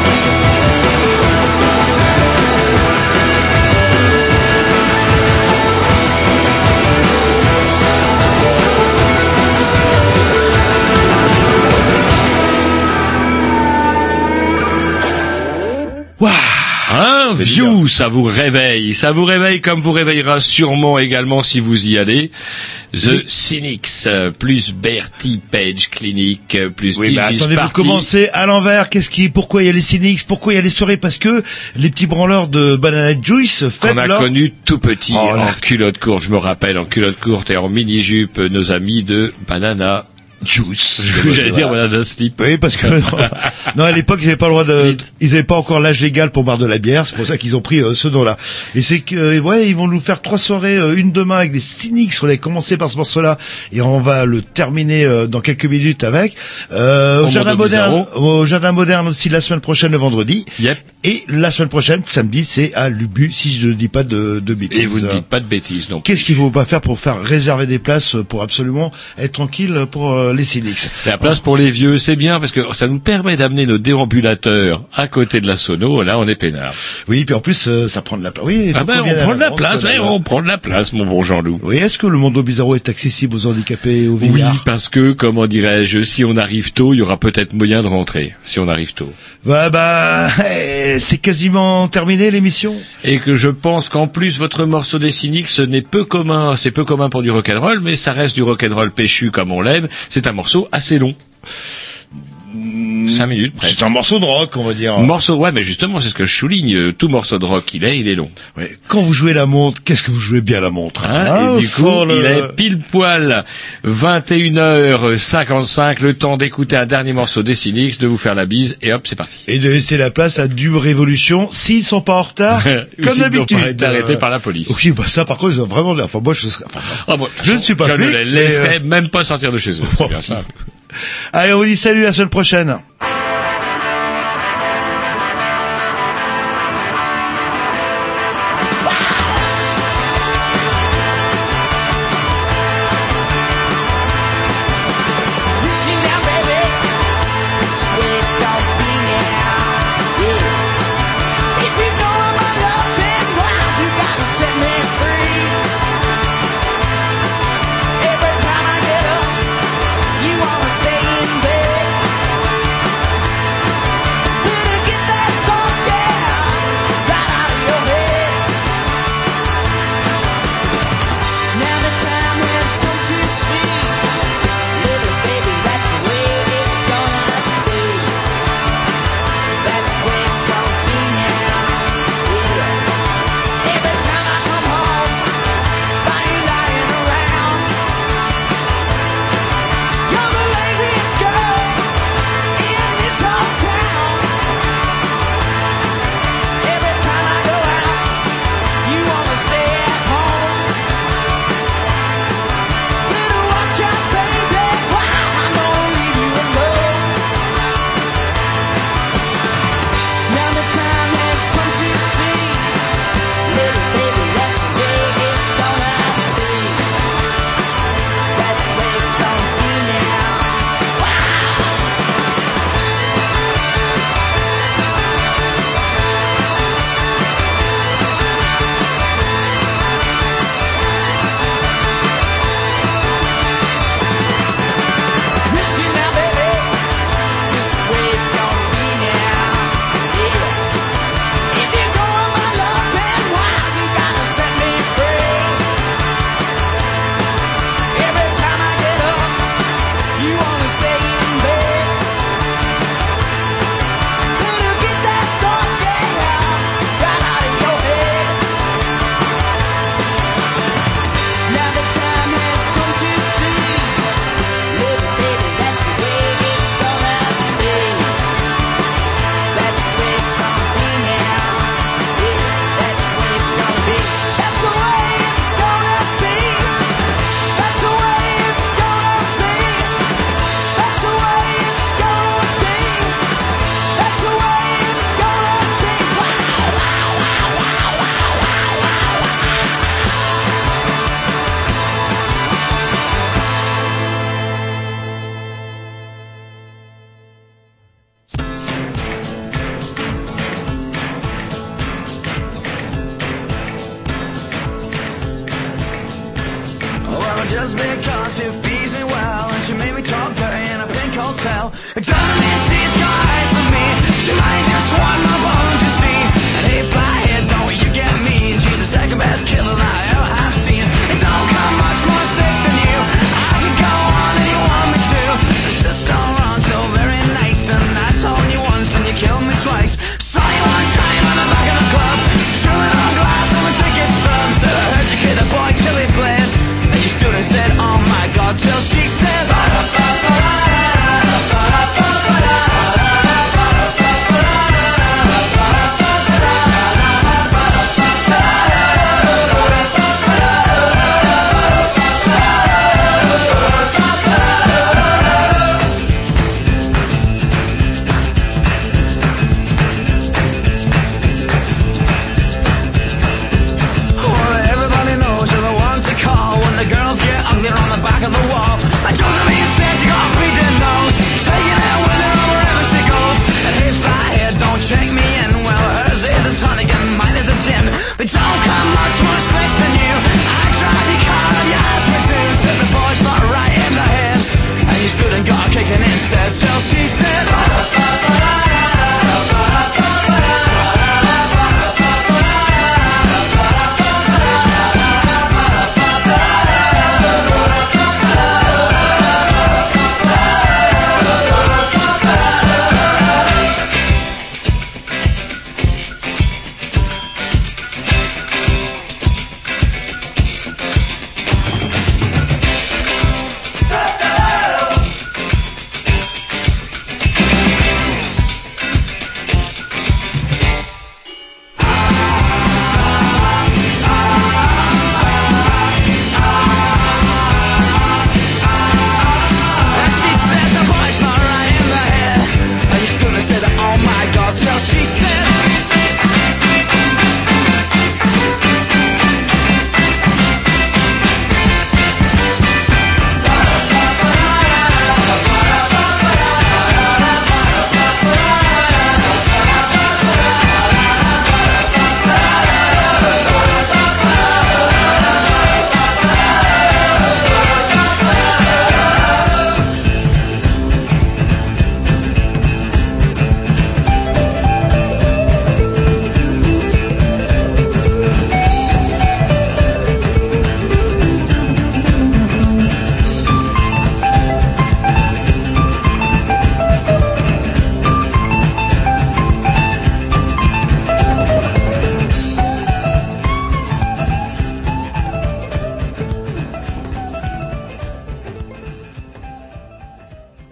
S3: Hein, View, ça vous réveille, ça vous réveille comme vous réveillera sûrement également si vous y allez. The Cynics, euh, plus Bertie Page Clinic, euh, plus
S2: Oui, mais
S3: D J's
S2: attendez, vous
S3: Party.
S2: commencez à l'envers. Qu'est-ce qui, pourquoi il y a les cynics, pourquoi il y a les soirées? Parce que les petits branleurs de Banana Juice fêtent
S3: Qu'on a
S2: leur...
S3: connu tout petit,
S2: Oh là.
S3: en culotte courte, je me rappelle, en culotte courte et en mini-jupe, nos amis de Banana
S2: Juice.
S3: J'allais dire Banana Slip.
S2: Oui, parce que non, à l'époque ils n'avaient pas le droit de, ils n'avaient pas encore l'âge légal pour boire de la bière. C'est pour ça qu'ils ont pris euh, ce nom-là. Et c'est que, euh, ouais, ils vont nous faire trois soirées, euh, une demain avec des cyniques. On va commencer par ce morceau-là et on va le terminer euh, dans quelques minutes avec euh, au,
S3: Au
S2: jardin
S3: Mondo
S2: moderne,
S3: Bizarro.
S2: au jardin moderne aussi la semaine prochaine le vendredi.
S3: Yep.
S2: Et la semaine prochaine, samedi, c'est à Lubu, si je ne dis pas de, de bêtises.
S3: Et vous ne dites pas de bêtises, non.
S2: Qu'est-ce qu'il faut pas faire pour faire réserver des places pour absolument être tranquille pour euh, les Cynics?
S3: La place pour les vieux, c'est bien parce que ça nous permet d'amener nos déambulateurs à côté de la sono. Là, on est peinard.
S2: Oui, puis en plus, euh, ça prend de la place. Oui,
S3: ah ben, on prend de la place, ouais, on prend de la place, mon bon Jean-Loup.
S2: Oui, est-ce que le Mondo Bizarro est accessible aux handicapés et aux vieillards?
S3: Oui, parce que, comment dirais-je, si on arrive tôt, il y aura peut-être moyen de rentrer, si on arrive tôt.
S2: Bah, bah, c'est quasiment terminé l'émission.
S3: Et que je pense qu'en plus, votre morceau des Cynics, ce n'est peu commun, c'est peu commun pour du rock'n'roll, mais ça reste du rock'n'roll péchu comme on l'aime. C'est un morceau assez long. Cinq minutes presque.
S2: C'est un morceau de rock, on va dire.
S3: Morceau, ouais, mais justement, c'est ce que je souligne. Tout morceau de rock qu'il est, il est long.
S2: Ouais. Quand vous jouez la montre, qu'est-ce que vous jouez bien la montre?
S3: Hein,
S2: ah,
S3: et du coup, le... il est pile poil vingt et une heures cinquante-cinq, le temps d'écouter un dernier morceau des Cynics, de vous faire la bise, et hop, c'est parti.
S2: Et de laisser la place à du Révolution, s'ils sont pas en retard, comme d'habitude.
S3: Ils pas arrêtés euh... par la police.
S2: Oui, bah ça, par contre, ils ont vraiment, enfin, moi, je serais, enfin,
S3: ah, bon,
S2: je ne suis pas
S3: je
S2: flic,
S3: ne les laisserai
S2: euh...
S3: même pas sortir de chez eux. C'est bien simple.
S2: Allez, on vous dit salut la semaine prochaine.
S5: Just because she feeds me well, and she made me talk dirty in a pink hotel. It doesn't mean she's got eyes for me. She might just want my bones, you see. And if I hit, don't you get me? She's the second best killer that I ever have seen. It don't come much more sick than you. I can go on and you want me to. It's just so wrong, so very nice. And I told you once, and you killed me twice. Saw you one time on the back of the club, chewing on glass on the ticket stubs. Said I heard you kid the boy till he bled. You stood and said, oh my God, till she said, ba-da-ba-ba-da-da-da-da-da-da-da. painted on the back of the wall. By Josephine